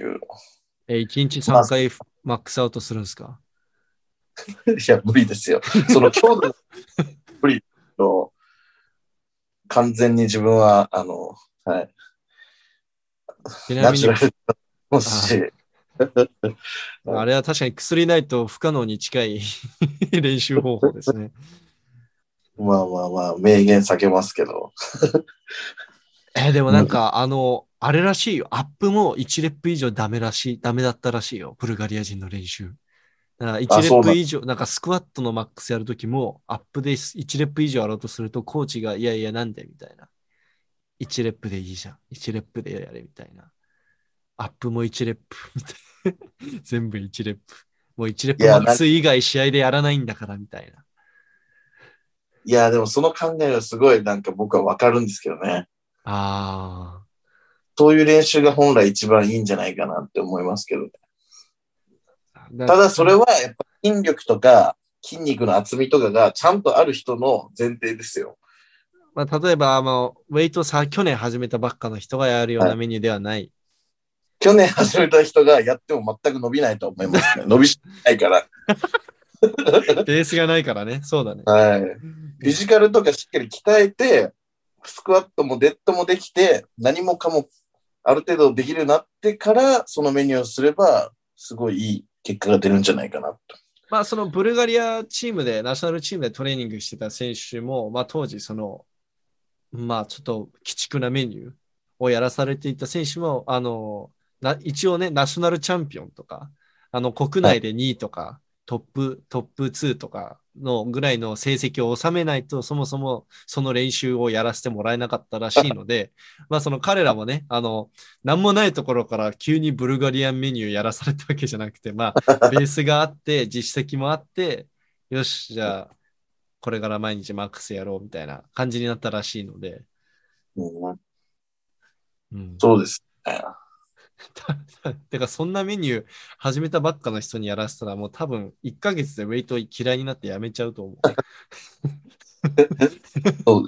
1日まあ、 3回マックスアウトするんですか？ いや、無理ですよ。その強度が無理と、完全に自分は、はい、 ちなみに、 ナチュラルもあ、 し、 あれは確かに薬ないと不可能に近い練習方法ですね。 まあまあまあ、明言避けますけど。 でもなんうん。 か、あれらしいよ。アップも1レップ以上ダメだったらしいよ。ブルガリア人の練習。だから1 あ、 レッそうなん。 プ以上、なんかスクワットのマックスやるときも、アップで1レップ以上やろうとすると、コーチが、いやいや、なんでみたいな。1レップでいいじゃん。1レップでやれみたいな。アップも1レップみたいな。全部1レップ。もう1レッいや、 プマックス以外試合でやらないんだからみたいな。 いや、でもその考えはすごいなんか僕はわかるんですけどね。 あそういう練習が本来一番いいんじゃないかなって思いますけどね。 あ。 ただそれはやっぱ筋力とか筋肉の厚みとかがちゃんとある人の前提ですよ。 まあ、例えば、ウェイトさ、去年始めたばっかの人がやるようはい。 なメニューではない。 去年始めた人がやっても全く伸びないと思いますね。伸びしないから。 ベースがないからね。そうだね。 はい。フィジカルとかしっかり鍛えて、スクワットもデッドもできて、何もかもある程度できるようになってから、そのメニューをすれば、すごいいい結果が出るんじゃないかなと。 まあ、そのブルガリアチームで、ナショナルチームでトレーニングしてた選手も、まあ、当時、まあ、ちょっと鬼畜なメニューをやらされていた選手も、一応ね、ナショナルチャンピオンとか、国はい。 内で2位とか、トップ2とかのぐらいの成績を収めないと、そもそもその練習をやらせてもらえなかったらしいので、まあ、その彼らもね、なんもないところから急にブルガリアンメニューやらされたわけじゃなくて、まあ、ベースがあって、実績もあって、よし、じゃあ、 これから毎日マックスやろうみたいな感じになったらしいので。 うん、 うん。 そうですね。 てか、そんなメニュー始めたばっかの人にやらせたら、もう多分1ヶ月でウェイト嫌いになってやめちゃうと思う。 そうです。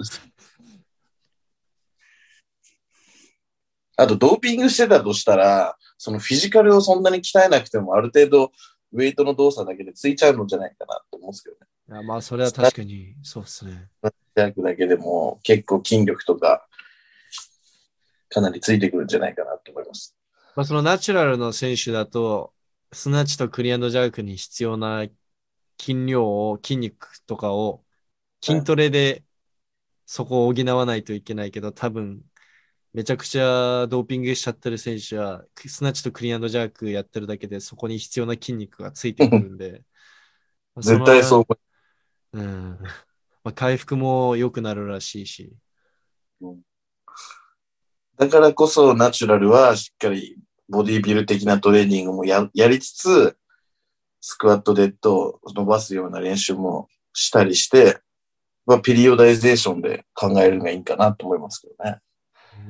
あと、ドーピングしてたとしたら、そのフィジカルをそんなに鍛えなくても、ある程度、ウェイトの動作だけでついちゃうのじゃないかなと思うんですけどね。 まあ、それはスナッチ確かに、そうですね。 ジャークだけでも、結構筋力とか、かなりついてくるんじゃないかなと思います。 まあ、そのナチュラルの選手だと、スナッチとクリアンドジャークに必要な筋量を、筋肉とかを筋はい。 トレでそこを補わないといけないけど、多分めちゃくちゃドーピングしちゃってる選手は、スナッチとクリアンドジャークやってるだけで、そこに必要な筋肉がついてくるんで、そ絶対そうの、 思うん、まあ、回復も良くなるらしいし。 う。だからこそ、ナチュラルはしっかりボディビル的なトレーニングもやりつつ、スクワットデッドを伸ばすような練習もしたりして、まあ、ピリオダイゼーションで考えるのがいいかなと思いますけどね。 うん、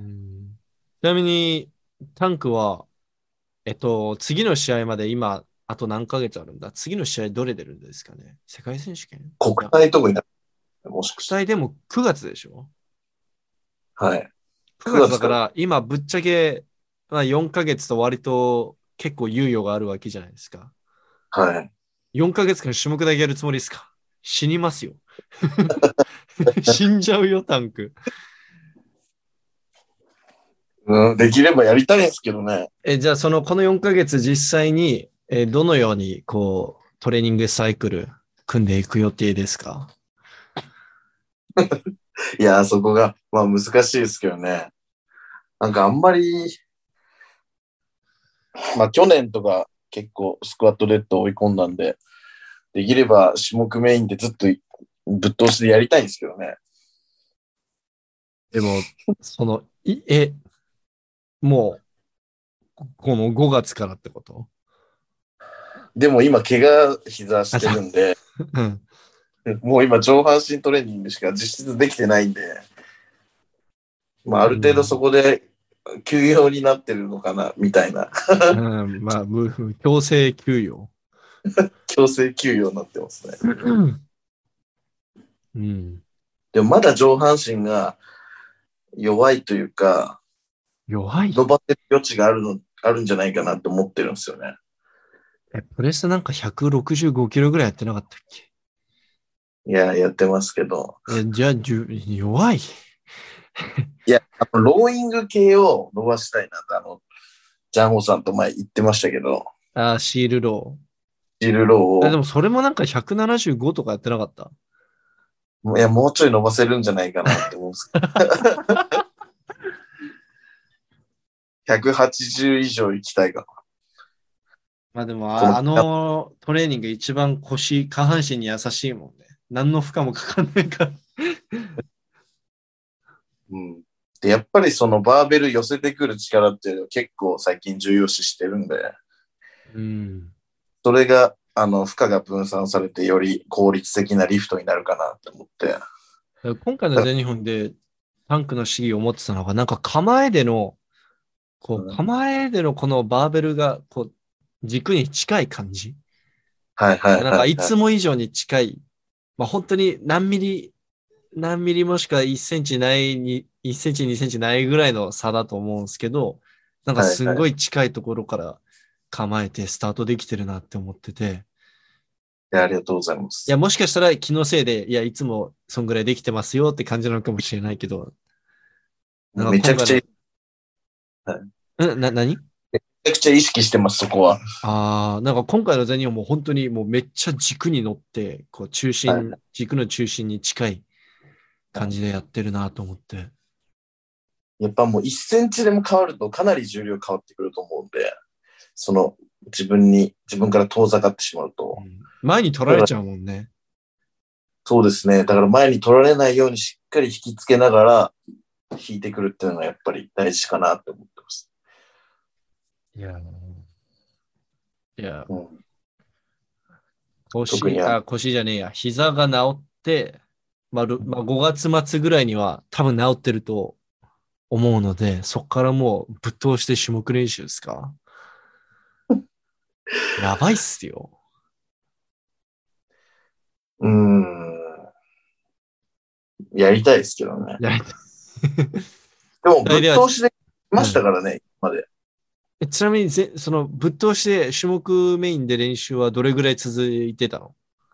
ちなみに、タンクは、次の試合まで今、あと何ヶ月あるんだ？次の試合どれ出るんですかね？世界選手権？ 国いや、 体とかになる、もしか国したら。 体でも9月でしょ？ はい。 9 9月から。 月だから、今ぶっちゃけ、まあ、4ヶ月と割と結構猶予があるわけじゃないですか。 はい。 4ヶ月間種目だけやるつもりですか？死にますよ。死んじゃうよ、タンク。 うん、できればやりたいんですけどね。 じゃあ、この4ヶ月実際に、どのように、トレーニングサイクル組んでいく予定ですか？ いや、そこが、まあ難しいですけどね。なんかあんまり、まあ去年とか結構スクワットデッド追い込んだんで、できれば種目メインでずっとぶっ通しでやりたいんですけどね。 でも、もう、この5月からってこと？ でも今怪我膝してるんで、 うん。 もう今上半身トレーニングしか実質できてないんで、まあある程度そこで休養になってるのかな、みたいな。 うん、まあ、強制休養。 強制休養になってますね。 うん。 でもまだ上半身が弱いというか、 弱い。 伸ばせる余地があるんじゃないかなって思ってるんですよね。 プレスなんか165キロぐらいやってなかったっけ？ いや、やってますけど。 じゃあ、弱い。 いや、ローイング系を伸ばしたいなと、ジャンホさんと前言ってましたけど、 シールロジルローー。でを、 もそれもなんか175とかやってなかった？ いや、もうちょい伸ばせるんじゃないかなって思うんですけど、180以上行きたいかな。 まあでも、 この、 あのトレーニング一番下半身に優しいもんね。何の負荷もかかんないから。 うん。で、やっぱりそのバーベル寄せてくる力っていうのは結構最近重要視してるんで、 うん。 それが、負荷が分散されてより効率的なリフトになるかなって思って。 今回の全日本でタンクの試技を持ってたのが、なんか構えでの、 うん、 構えでのこのバーベルが、軸に近い感じ。 はいはいなんかいはいはい。 つも以上に近い。まあ本当に何ミリもしか1センチないに、1センチ2センチないぐらいの差だと思うんですけど、なんかすんはいはい。 ごい近いところから構えてスタートできてるなって思ってて、 いや、ありがとうございまいや、 す。 もしかしたら気のせいで、いや、いつもそんぐらいできてますよって感じなのかもしれないけど、なんかめちゃくちゃ、 今回の、 はい、め何？ ちゃくちゃ意識してます、そこは。 なんか今回の全日本も本当にもうめっちゃ軸に乗って、 はい。 軸の中心に近いはい、 感じでやってるなと思って。 やっぱもう1センチでも変わるとかなり重量変わってくると思うんで、その自分から遠ざかってしまうと。 うん、前に取らだかられちゃうもんね。 そうですね。だから前に取られないようにしっかり引きつけながら引いてくるっていうのがやっぱり大事かなって思ってます。 いや、いや、 うん、特に腰じゃねえや。膝が治って、5月末ぐらいには多分治ってると思うので、そこからもうぶっ通して種目練習ですか？やばいっすよ。 うーん。やりたいですけどね。 やりたい。 でも、ぶっでは、 通しで来ましたうん。 からね、今まで。 ちなみにそのぶっ通して種目メインで練習はどれぐらい続いてたの？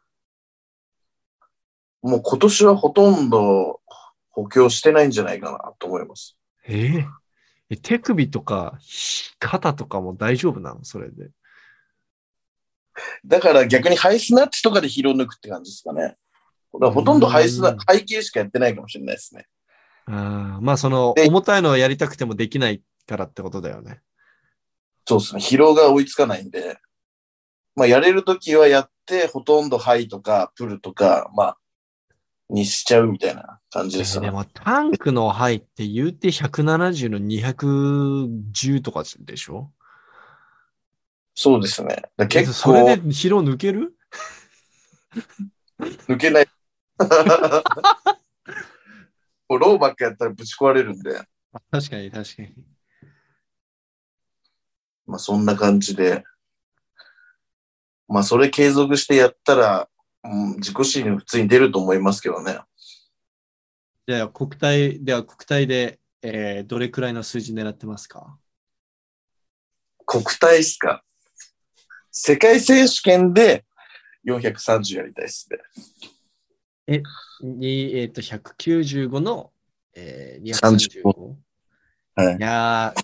もう今年はほとんど補強してないんじゃないかなと思います。 手首とか肩とかも大丈夫なのそれで？ だから逆にハイスナッチとかで疲労抜くって感じですかね。だからほとんどん。 背筋しかやってないかもしれないですね。 そので、 重たいのはやりたくてもできないからってことだよね。 そうですね。疲労が追いつかないんで、まあやれるときはやって、ほとんどハイとかプルとか、まあ、にしちゃうみたいな感じですね。 でもタンクの範囲って言うて170の210とかでしょ？ そうですね。結それで構疲労抜ける？ 抜けない。ローバックやったらぶち壊れるんで、 確かに確かに。 まあそんな感じで、まあそれ継続してやったら、自己新に普通に出ると思いますけどね。 じゃあ国体で、どれくらいの数字狙ってますか？ 国体っすか？世界選手権で430やりたいっすね。 195の、 35。 235。いはい。 や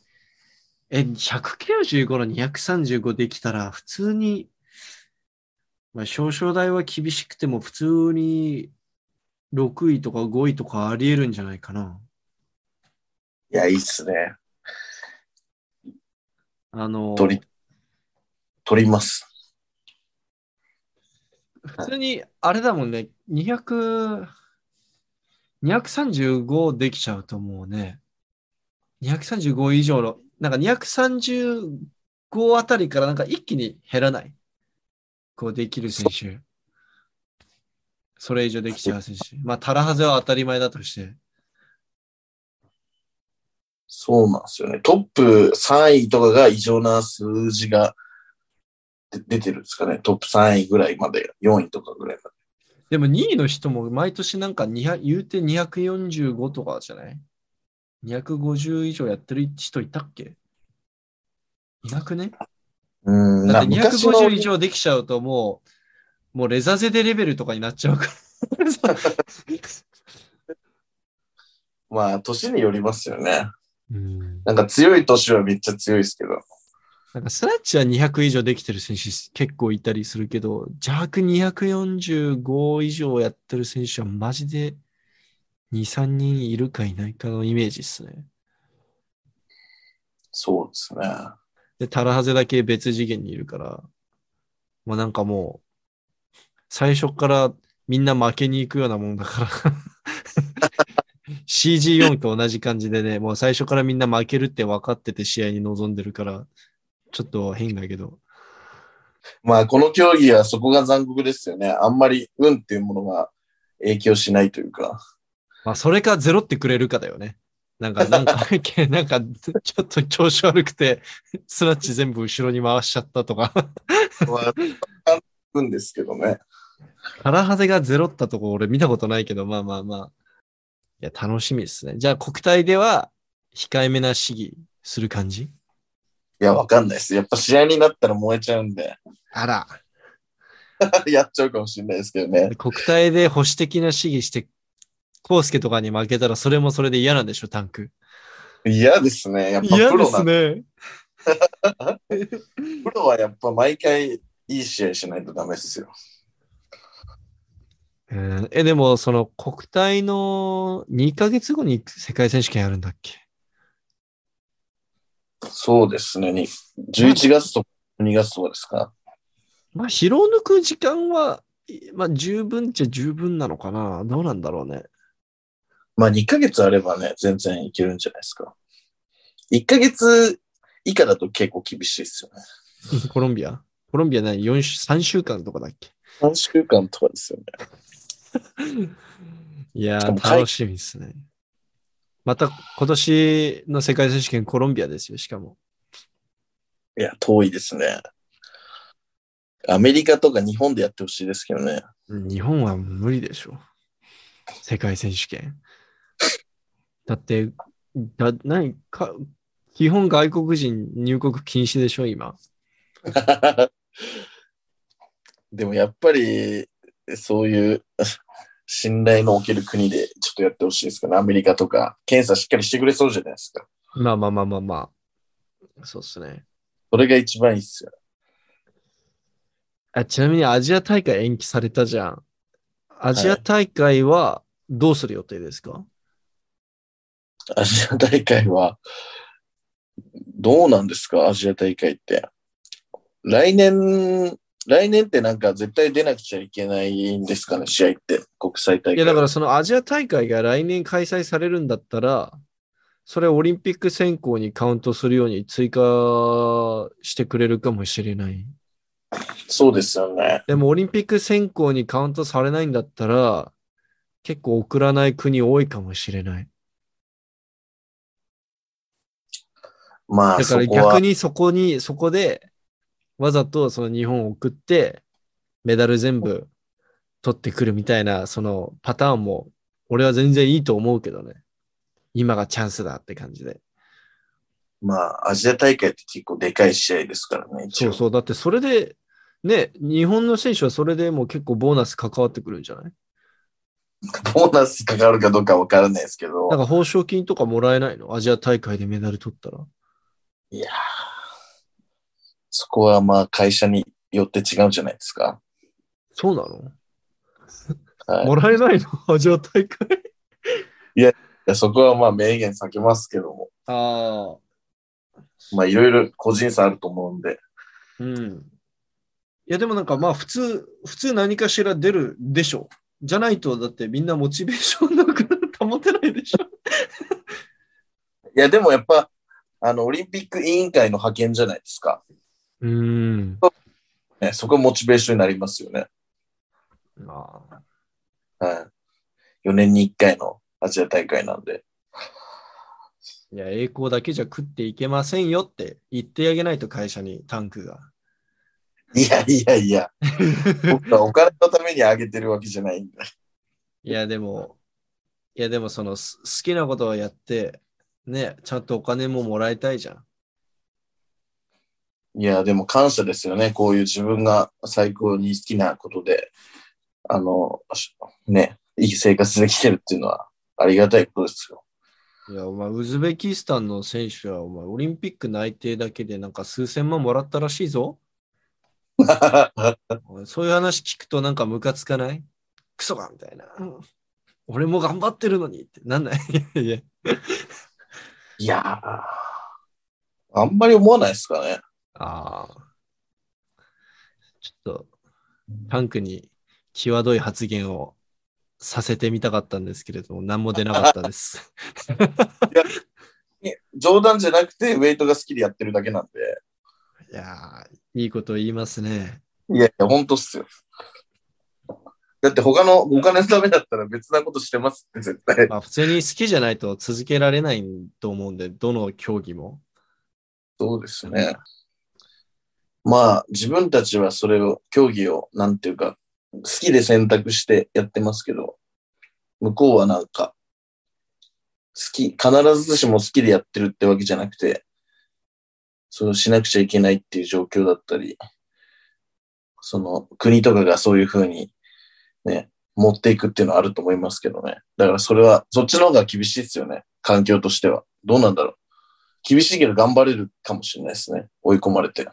195の235できたら普通に、表彰台は厳しくても普通に6位とか5位とかあり得るんじゃないかな。 いや、いいっすね。 あ取り、 の、 取ります。 普通にあれだもんね、235できちゃうともうね、235以上の、なんか235あたりからなんか一気に減らない。こうできる選そ手。それ以上できちゃう選手。タラハゼは当たり前だとして。 そうなんですよね。トップ3位とかが異常な数字が出てるんですかね。トップ3位ぐらいまで、4位とかぐらいまで。 でも2位の人も毎年なんか言うて245とかじゃない？ 250 以上やってる人いたっけ？いなくね？だって昔の 250以上できちゃうともうレザゼデレベルとかになっちゃうから。 まあ、年によりますよね。 うん。 なんか強い年はめっちゃ強いですけど。 なんかスナッチは200以上できてる選手結構いたりするけど、弱245以上やってる選手はマジで2、3人いるかいないかのイメージですね。 そうですね。 で、タラハゼだけ別次元にいるから、なんかもう、最初からみんな負けに行くようなもんだからCG4 と同じ感じでね、もう最初からみんな負けるって分かってて試合に臨んでるから、ちょっと変だけど。 まあ、この競技はそこが残酷ですよね。あんまり運っていうものが影響しないというか。 それかゼロってくれるかだよね。なんかなんか、ちょっと調子悪くて、スナッチ全部後ろに回しちゃったとか。 まあ、運ですけどね。 タラハゼがゼロったとこ俺見たことないけど、いや、楽しみですね。じゃあ国体では控えめな試技する感じ？ いや、わかんないです。やっぱ試合になったら燃えちゃうんで、 あら。 やっちゃうかもしれないですけどね。 国体で保守的な試技して、コウスケとかに負けたらそれもそれで嫌なんでしょ、タンク。 嫌ですね。やっぱ嫌でプロなん、 すね。 プロはやっぱ毎回いい試合しないとダメですよ。 でも、その国体の2ヶ月後に世界選手権やるんだっけ？ そうですね。 まあ、 11月とか2月とかですか？ 疲労抜く時間は、十分っちゃ十分なのかな？どうなんだろうね。 まあ2ヶ月あればね、全然いけるんじゃないですか。1ヶ月以下だと結構厳しいですよね。 コロンビア何？ 3週間とかだっけ？ 3週間とかですよね。 いやー、 しかも楽しみですね。また今年の世界選手権コロンビアですよ、しかも。 いや、遠いですね。アメリカとか日本でやってほしいですけどね。 日本は無理でしょ。世界選手権。だって、何か、基本外国人入国禁止でしょ、今。 でもやっぱり、そういう信頼のおける国でちょっとやってほしいですかね。アメリカとか、検査しっかりしてくれそうじゃないですか。 まあまあまあまあまあ。そうっすね。 それが一番いいっすよ。 ちなみにアジア大会延期されたじゃん。アジはい。 ア大会はどうする予定ですか？ アジア大会は、どうなんですかアジア大会って。来年、来年ってなんか絶対出なくちゃいけないんですかね、試合って、国際いや、だ大会は。 からそのアジア大会が来年開催されるんだったら、それオリンピック選考にカウントするように追加してくれるかもしれない。 そうですよね。 でもオリンピック選考にカウントされないんだったら、結構送らない国多いかもしれない。 まあだからそこは、 逆にそこでわざとその日本を送ってメダル全部取ってくるみたいなそのパターンも俺は全然いいと思うけどね。今がチャンスだって感じで。 まあアジア大会って結構でかい試合ですからね、一応。 そうそう。だってそれで、ね、日本の選手はそれでもう結構ボーナス関わってくるんじゃない？ ボーナスかかるかどうかわからないですけど、 なんか報奨金とかもらえないの？アジア大会でメダル取ったら。 いや、そこはまあ会社によって違うんじゃないですか。 そうなの？ はい。 もらえないの？アジア大会。 いや、いやそこはまあ明言避けますけども、 ああ、 まあいろいろ個人差あると思うんで、 うん。いや、でもなんかまあ普通何かしら出るでしょ。じゃないと、だってみんなモチベーションなく保てないでしょ。 いやでもやっぱ、オリンピック委員会の派遣じゃないですか。 うーん。 ね、そこモチベーションになりますよね。 まあ、 はい。4年に1回のアジア大会なんで。 いや、栄光だけじゃ食っていけませんよって言ってあげないと会社にタンクが。 いやいやいや、僕はお金のためにあげてるわけじゃないんで。 いや、でも、その好きなことをやって、ね、ちゃんとお金ももらいたいじゃん。 いや、でも感謝ですよね。こういう自分が最高に好きなことで、あの、ね、いい生活できてるっていうのはありがたいことですよ。 いや、お前、ウズベキスタンの選手は、お前、オリンピック内定だけでなんか数千万もらったらしいぞ。そういう話聞くとなんかムカつかない？クソかみたいな。俺も頑張ってるのにってなんない？いや、 いやー、あんまり思わないですかね。 ああ、ちょっとタンクに際どい発言をさせてみたかったんですけれども、何も出なかったです。 いや、冗談じゃなくてウェイトが好きでやってるだけなんで。 いやー、いいこと言いますね。 いやいや、ほんとっすよ。だって他のお金のためだったら別なことしてますって絶対。 まあ、普通に好きじゃないと続けられないと思うんで、どの競技も。 そうですね。まあ自分たちはそれを、競技を、なんていうか、好きで選択してやってますけど、向こうはなんか、必ずしも好きでやってるってわけじゃなくて、そうしなくちゃいけないっていう状況だったり、その国とかがそういうふうにね、持っていくっていうのはあると思いますけどね。だからそれは、そっちの方が厳しいですよね。環境としては。どうなんだろう。厳しいけど頑張れるかもしれないですね。追い込まれて。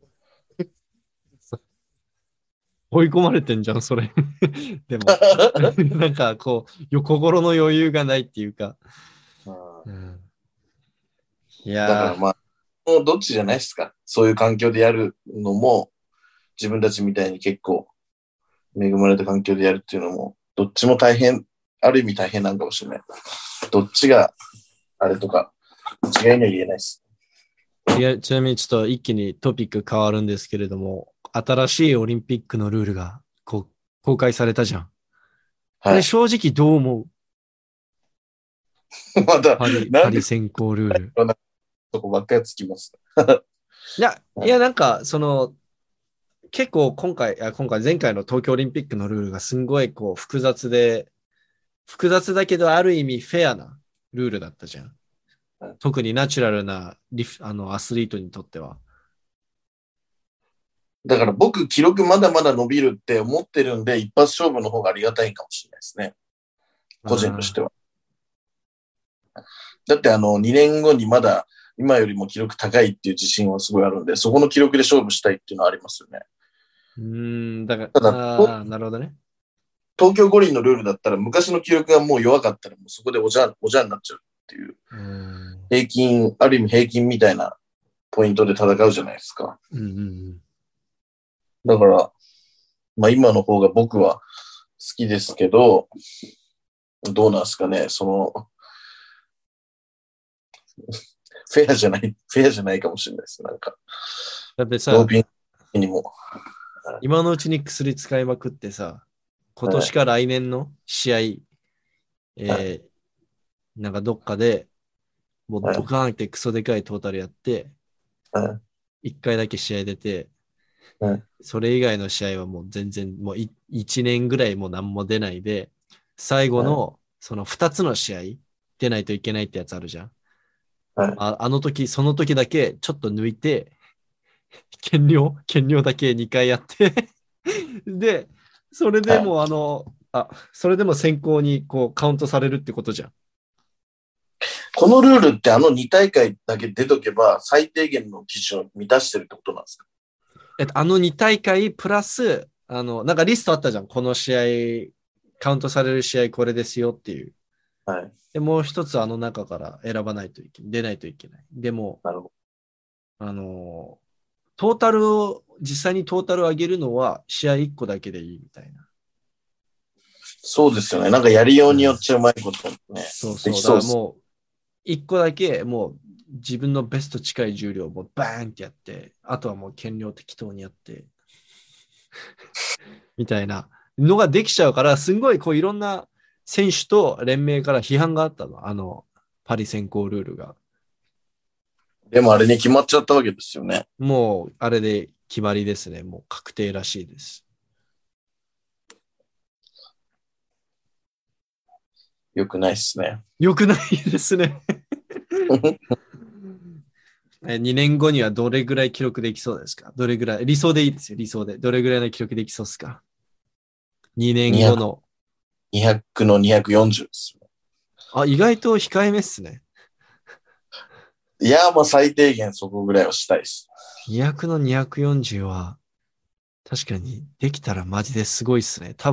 追い込まれてんじゃん、それ。でも、なんかこう、心の余裕がないっていうか。うん、いやだからまあ、もうどっちじゃないですか。そういう環境でやるのも、自分たちみたいに結構恵まれた環境でやるっていうのも、どっちも大変、ある意味大変なんかもしれない。どっちがあれとか、違いには言えないです。 いや、ちなみにちょっと一気にトピック変わるんですけれども、新しいオリンピックのルールが公開されたじゃん。 これはい。 正直どう思う？ まだ、 パなんでリ選考ルール。 そんなとこばっかりつきます。 いや、なんか、結構前回の東京オリンピックのルールがすんごいこう複雑だけどある意味フェアなルールだったじゃん。特にナチュラルなアスリートにとっては。 だから僕、記録まだまだ伸びるって思ってるんで、一発勝負の方がありがたいかもしれないですね。個人としては。だって2年後にまだ今よりも記録高いっていう自信はすごいあるんで、そこの記録で勝負したいっていうのはありますよね。 だかただ、 ら、なるほどね。 東京五輪のルールだったら昔の記録がもう弱かったらもうそこでおじゃになっちゃうっていう、ある意味平均みたいなポイントで戦うじゃないですか。だから、まあ今の方が僕は好きですけど、どうなんですかね、フェアじゃないかもしれないです。なんか、 だってさ、 ドーピングにも。 今のうちに薬使いまくってさ、今年か来年の試合、なんかどっかで、もうドカーンってクソでかいトータルやって、1回だけ試合出て、それ以外の試合はもう全然、もう1年ぐらいもう何も出ないで、最後のその2つの試合出ないといけないってやつあるじゃん。その時だけちょっと抜いて、減量だけ2回やってで、それでもそれでも選考にこうカウントされるってことじゃん。 このルールって2大会だけ出とけば最低限の基準を満たしてるってことなんですか？ 2大会プラス、なんかリストあったじゃん。この試合、カウントされる試合これですよっていう。 はい。 で、もう一つ中から選ばないといけない。出ないといけない。でも、 なるほ実際にトータル上げるのは試合1個だけでいいみたいな。 そうですよね。なんかやりようによっちゃうまいことね。 そうそう。 できそうです。 だからもう、1個だけもう自分のベスト近い重量をもうバーンってやって、あとはもう減量適当にやって、みたいなのができちゃうから、すんごいこういろんな選手と連盟から批判があったの。パリ選考ルールが。 でもあれに決まっちゃったわけですよね。 もうあれで決まりですね。もう確定らしいです。 よくないっすね。 よくないですね。2年後にはどれぐらい記録できそうですか？どれぐらい、理想でいいですよ、理想で。どれぐらいの記録できそうですか？ 2 年後 200、 の。 200の240ですよ。 意外と控えめっすね。 いや、まあ最低限そこぐらいはしたいです。 200の240は、確かにできたらマジですごいっすね。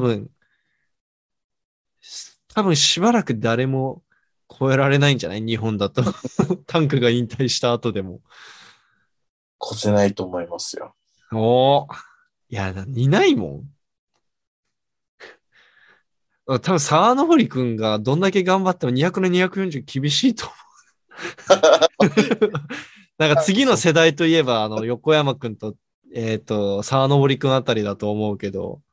多分しばらく誰も超えられないんじゃない？日本だと。タンクが引退した後でも。 越せないと思いますよ。 おー。いや、いないもん。多分沢登くんがどんだけ頑張っても200の240厳しいと思う。なんか次の世代といえば、横山くんと、沢登くんあたりだと思うけど。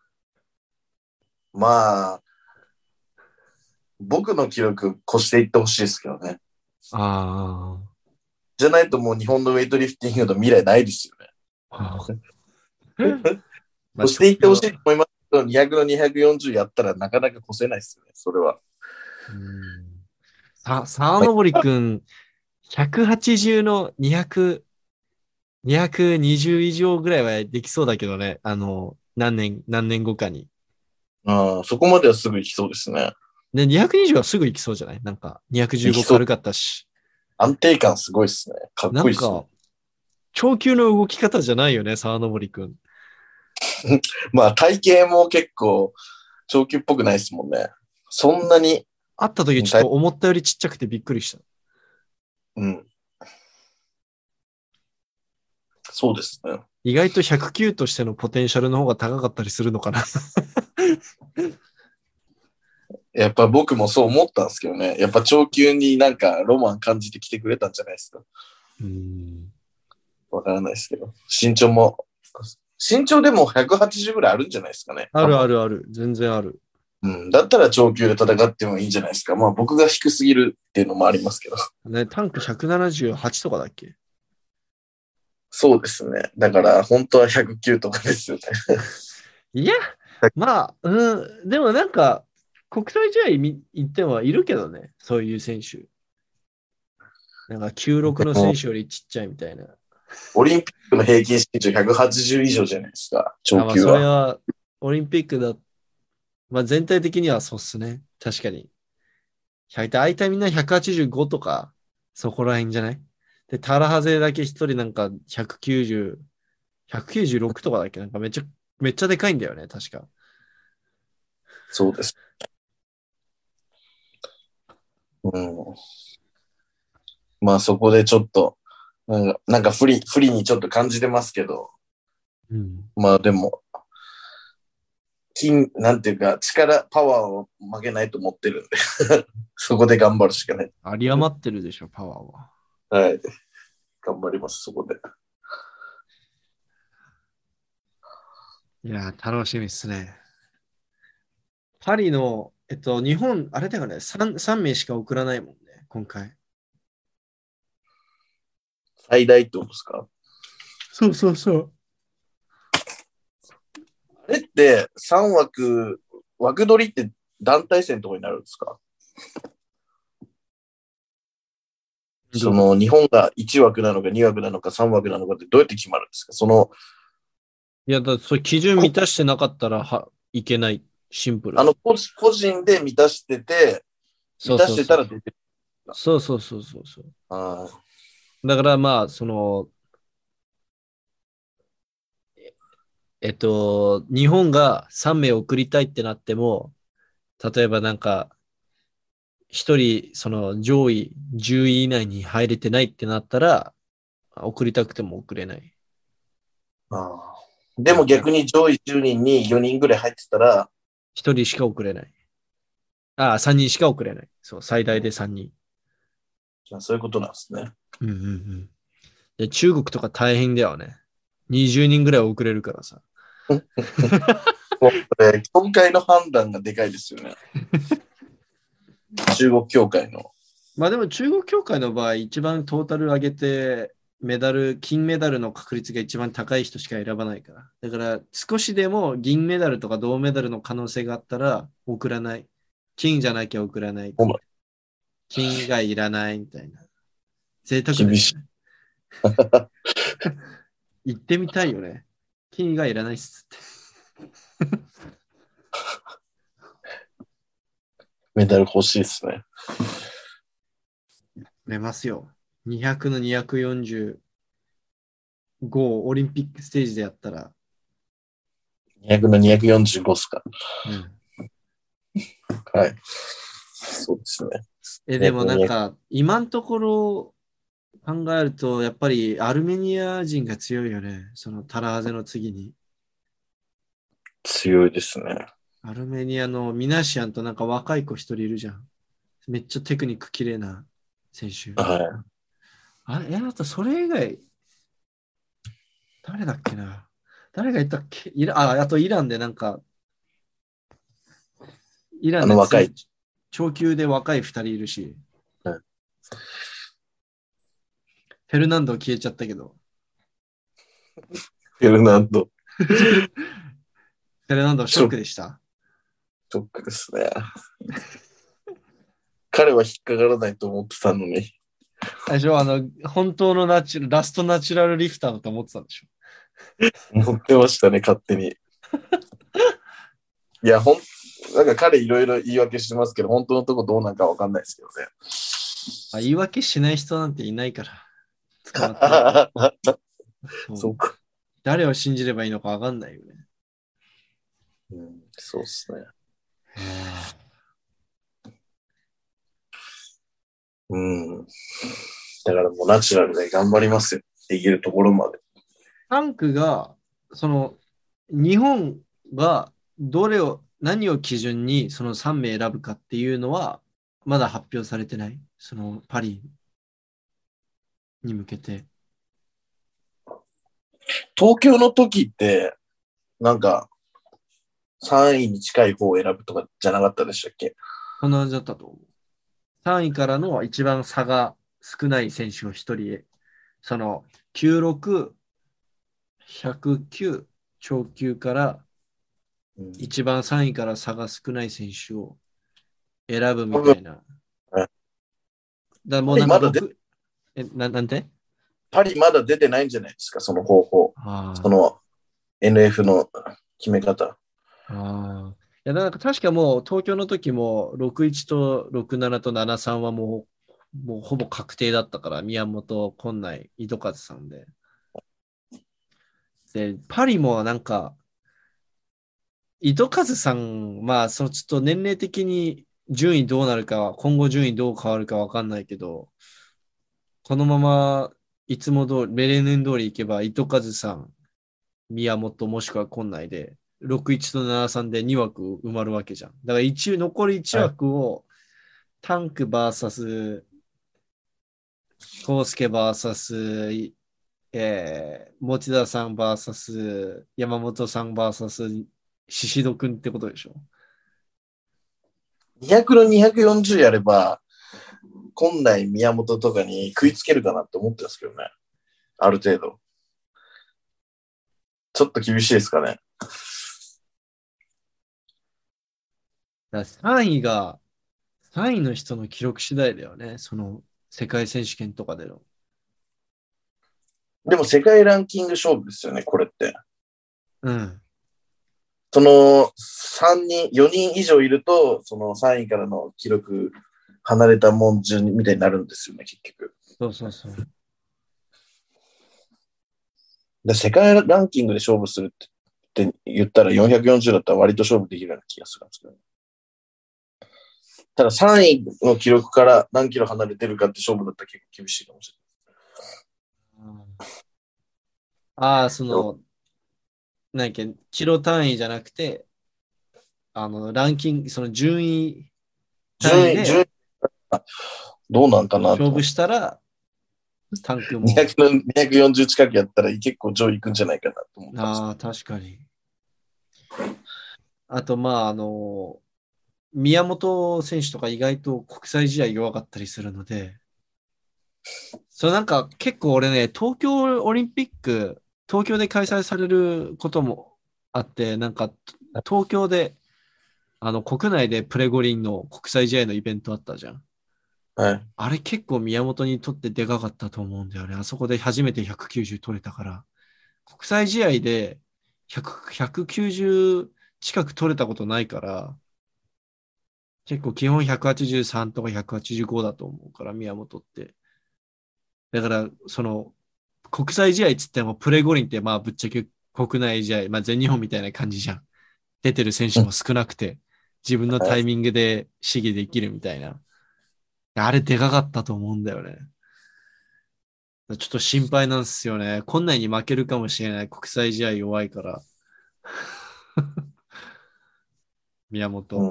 まあ、僕の記録越していってほしいですけどね。 あじゃないともう日本のウェイトリフティングの未来ないですよね。 あ。まあ、 越していってほしいと思いますけど、200の240やったらなかなか越せないですよね、それは。 沢登くん、180の220以上ぐらいはできそうだけどね。何年後かに。 そこまではすぐ行きそうですね。 で、220はすぐ行きそうじゃない？なんか、215 行きそう。 軽かったし。 安定感すごいですね。かっなんこいいですね。 か、長級の動き方じゃないよね、沢登くん。 まあ体型も結構長級っぽくないですもんね。そんなに、 会った時ちょっと思ったよりちっちゃくてびっくりした。 うん。そうですね。 意外と109としてのポテンシャルの方が高かったりするのかな。 やっぱ僕もそう思ったんですけどね。やっぱ長級になんかロマン感じてきてくれたんじゃないですか。わからないですけど。身長でも180ぐらいあるんじゃないですかね。 あるあるある。全然ある。 うん。だったら長級で戦ってもいいんじゃないですか。まあ僕が低すぎるっていうのもありますけど。 ね、タンク178とかだっけ？ そうですね。だから本当は109とかですよね。 いや、まあ、でもなんか、国際試合行ってはいるけどね、そういう選手。なんか、96の選手よりちっちゃいみたいな。 オリンピックの平均身長180以上じゃないですか。長まあ、 級は。 それは、オリンピックだ、まあ、全体的にはそうっすね。確かに。大体みんな185とか、そこら辺じゃない？で、タラハゼだけ一人なんか190、196とかだっけ？なんかめっちゃでかいんだよね、確か。 そうです。うん。まあそこでちょっと、なんか不利にちょっと感じてますけど、 うん。 まあでも、なんていうか、パワーを負けないと思ってるんでそこで頑張るしかない。 有り余ってるでしょ、パワーは。 はい。頑張ります、そこで。 いやー、楽しみっすね。パリの、日本、あれだよね、3名しか送らないもんね、今回。 最大ってことですか？ そうそうそう。 あれって3枠取りって団体戦とかになるんですか？ どういうこと？ 日本が1枠なのか2枠なのか3枠なのかってどうやって決まるんですか？ いや、それ基準満たしてなかったらいけない。シンプル。 個人で満たしてて、満たしてそうそうそう。 たら出てる。 そうそうそうそうそう。 ああ、 だからまあ、日本が3名送りたいってなっても、例えばなんか、一人、その上位10位以内に入れてないってなったら、送りたくても送れない。 ああ。でも逆に上位10人に4人ぐらい入ってたら、 一人しか送れない。3人しか送れない。そう、最大で3人。 そういうことなんですね。 うんうんうん。で、中国とか大変だよね。20人ぐらい送れるからさ。 もう今回の判断がでかいですよね。中国協会の。 まあでも中国協会の場合、一番トータル上げて、金メダルの確率が一番高い人しか選ばないから。だから少しでも銀メダルとか銅メダルの可能性があったら送らない。金じゃなきゃ送らない。金以外いらないみたいな。贅沢だ厳しい。 よね。行ってみたいよね。金以外いらないっすって。 メダル欲しいですね。 出ますよ。200の245をオリンピックステージでやったら。 200の245っすか。 うん。 はい。そうですね。 でもなんか、今のところ考えると、やっぱりアルメニア人が強いよね。そのタラハゼの次に。 強いですね。 アルメニアのミナシアンとなんか若い子一人いるじゃん。めっちゃテクニック綺麗な選手。 はあとそれ以外、誰だっけな。誰がいたっけ？あとイランでなんか、イラい。 ンで若い。 長級で若い二人いるし、 うん、 フェルナンド消えちゃったけど。 フェルナンド。 フェルナンドショッショクでした。 ックですね。彼は引っかからないと思ってたのに。 最初は本当のラストナチュラルリフターだと思ってたんでしょ。 思ってましたね、勝手に。いや、なんか彼いろいろ言い訳してますけど、本当のとこどうなんかわかんないですけどね。 言い訳しない人なんていないから。捕まってると。 そうか。 誰を信じればいいのかわかんないよね。 うん、そうですね。うん。だからもうナチュラルで頑張りますよ。できるところまで。 タンクが、日本が何を基準にその3名選ぶかっていうのは、まだ発表されてない。そのパリに向けて。 東京の時って、なんか、 3位に近い方を選ぶとかじゃなかったでしたっけ？ こんな感じだったと思う。3位からの一番差が少ない選手を1人、その96、109超級から一番3位から差が少ない選手を選ぶみたいな。だもうなんかなんてパリまだ出てないんじゃないですか、その方法。その NF の決め方。 いや、なんか確かもう東京の時も61と67と73はもうほぼ確定だったから、宮本、今内、井戸和さんで。で、パリもなんか、井戸和さん、まあ、そのちょっと年齢的に順位どうなるか、今後順位どう変わるかわかんないけど、このままいつも通り、例年通り行けば、井戸和さん、宮本もしくは今内で、61と73で2枠埋まるわけじゃん。だから残り1枠を、タンク VS、康介 VS、持田さん VS、山本さん VS、宍戸君ってことでしょ。 200の240やれば、今内宮本とかに食いつけるかなって思ってますけどね。ある程度。ちょっと厳しいですかね。 だ3位の人の記録次第だよね。その世界選手権とかでの。 でも世界ランキング勝負ですよね、これって。 うん。 その3人、4人以上いると、その3位からの記録離れたもん順みたいになるんですよね、結局。 そうそうそう。 で世界ランキングで勝負するって言ったら440だったら割と勝負できるような気がするんですけど。ただ3位の記録から何キロ離れてるかって勝負だったら結構厳しいかもしれない。 その、なんか、キロ単位じゃなくて、ランキング、その順位単位順位でどうなんかなと。 勝負したら、タンクも。 240近くやったら結構上位行くんじゃないかなと思ったんです。 確かに。あと、宮本選手とか意外と国際試合弱かったりするので、なんか結構俺ね、東京オリンピック、東京で開催されることもあって、なんか東京で、国内でプレゴリンの国際試合のイベントあったじゃん。 はい。 あれ結構宮本にとってでかかったと思うんだよね。あそこで初めて190取れたから。国際試合で190近く取れたことないから、結構基本183とか185だと思うから、宮本って。だから、国際試合っつってもプレー五輪ってぶっちゃけ国内試合、全日本みたいな感じじゃん。出てる選手も少なくて、自分のはい。 タイミングで試技できるみたいな。あれでかかったと思うんだよね。ちょっと心配なんですよね。こんなに負けるかもしれない。国際試合弱いから。宮本。 うん、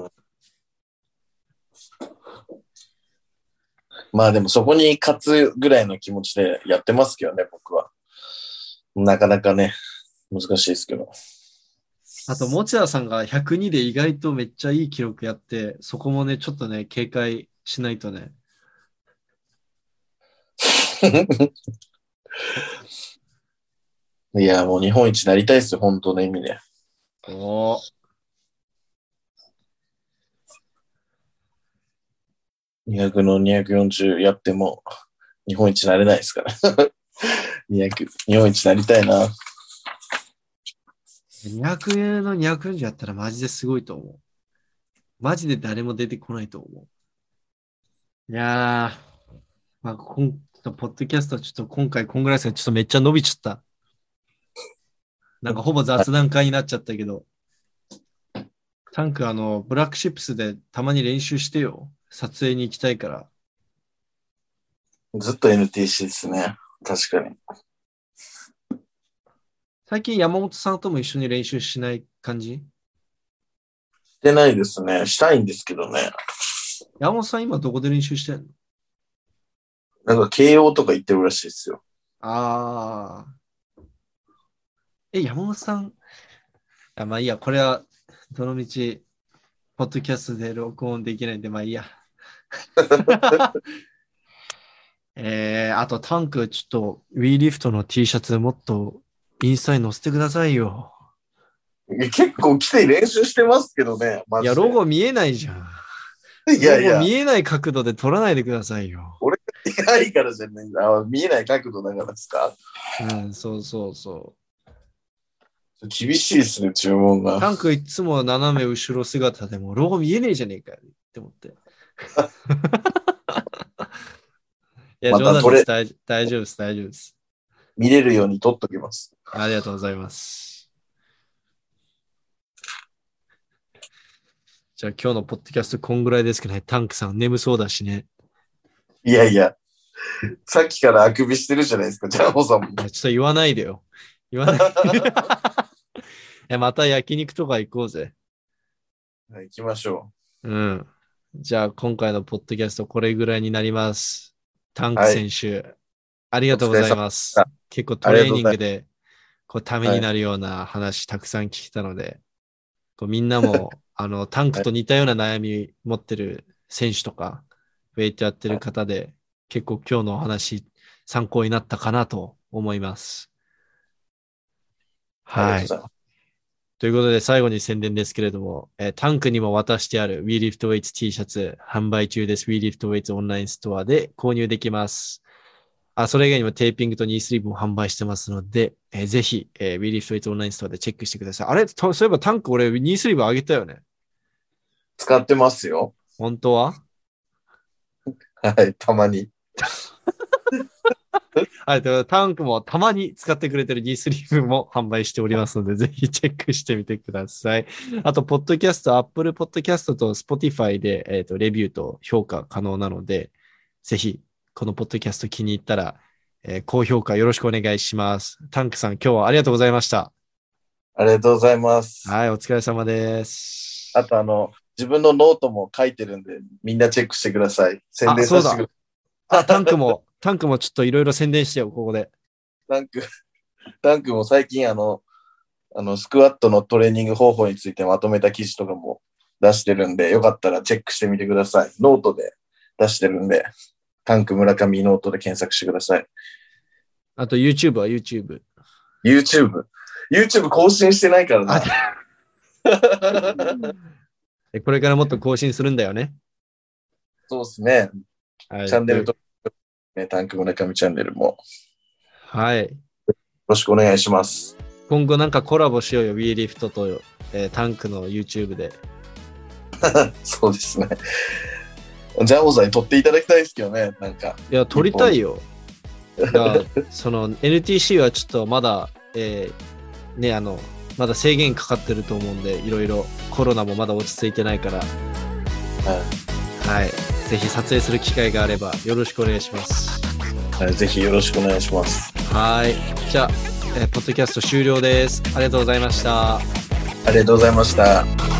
まあでもそこに勝つぐらいの気持ちでやってますけどね、僕は。なかなかね、難しいですけど。 あと、持田さんが102で意外とめっちゃいい記録やって、そこもね、ちょっとね、警戒しないとね。 いや、もう日本一になりたいですよ、本当の意味で。 お 200の240やっても日本一になれないですから。200、日本一になりたいな。 200の240やったらマジですごいと思う。マジで誰も出てこないと思う。いやー、ポッドキャストちょっと今回こんぐらいですが、ちょっとめっちゃ伸びちゃった。なんかほぼ雑談会になっちゃったけど、タンクブラックシップスでたまに練習してよ。撮影に行きたいから。 ずっと NTC ですね。確かに。 最近山本さんとも一緒に練習しない感じ？ してないですね。したいんですけどね。 山本さん今どこで練習してんの？ なんか慶応とか行ってるらしいですよ。 あー。山本さん、まあいいや、これはどのみち、ポッドキャストで録音できないんで、まあいいや。あとタンク、ちょっと WeLift の T シャツもっとインスタに載せてくださいよ。 結構来て練習してますけどね。マいや、 ジでロゴ見えないじゃん。 いやいや、 ロゴ見えない角度で撮らないでくださいよ。 俺がでかいからじゃないんだ。見えない角度だからですか？ うん、そうそうそう。 厳しいですね、注文が。 タンクいつも斜め後ろ姿でもロゴ見えねえじゃねえかよって思って。いや、 また冗談です。大丈夫です。大丈夫です。 見れるように撮っときます。 ありがとうございます。じゃあ今日のポッドキャストこんぐらいですけどね、タンクさん眠そうだしね。 いやいや、さっきからあくびしてるじゃないですか、ジャンボさんも。 ちょっと言わないでよ。言わないで。また焼肉とか行こうぜ。 はい、行きましょうん。じゃあ今回のポッドキャストこれぐらいになります。タンク選手、ありがとうございます。結構トレーニングでこうためになるような話たくさん聞けたので、こうみんなもタンクと似たような悩み持ってる選手とか、ウェイトやってる方で結構今日のお話参考になったかなと思います。はい。ということで最後に宣伝ですけれども、タンクにも渡してある WeLiftWeights T シャツ販売中です。WeLiftWeights オンラインストアで購入できます。それ以外にもテーピングとニースリーブも販売してますので、ぜひ、WeLiftWeights オンラインストアでチェックしてください。あれそういえばタンク俺ニースリーブあげたよね。 使ってますよ。 本当は？ はい、たまに。 はい、タンクもたまに使ってくれてる D スリーブも販売しておりますので、ぜひチェックしてみてください。あと、ポッドキャスト、Apple Podcast と Spotify で、レビューと評価可能なので、ぜひ、このポッドキャスト気に入ったら、高評価よろしくお願いします。タンクさん、今日はありがとうございました。 ありがとうございます。 はい、お疲れ様です。 あと、自分のノートも書いてるんで、みんなチェックしてください。宣伝させてください。 タンクもちょっといろいろ宣伝してよ、ここで。 タンクも最近スクワットのトレーニング方法についてまとめた記事とかも出してるんで、よかったらチェックしてみてください。ノートで出してるんで、タンク村上ノートで検索してください。あと YouTube は YouTube。 YouTube 更新してないからな。 これからもっと更新するんだよね。 そうですね。 はい、 チャンネルと、ね、タンク村上チャンネルも。 はい。よろしくお願いします。 今後なんかコラボしようよ、WeLift と、タンクの YouTube で。 そうですね。ジャオさんに撮っていただきたいですけどね、なんか。 いや、撮りたいよ。その NTC はちょっとまだ、ね、まだ制限かかってると思うんで、いろいろコロナもまだ落ち着いてないから。はい。ぜひ撮影する機会があればよろしくお願いします。 はい、ぜひよろしくお願いします。 はい。じゃあ、ポッドキャスト終了です。ありがとうございました。 ありがとうございました。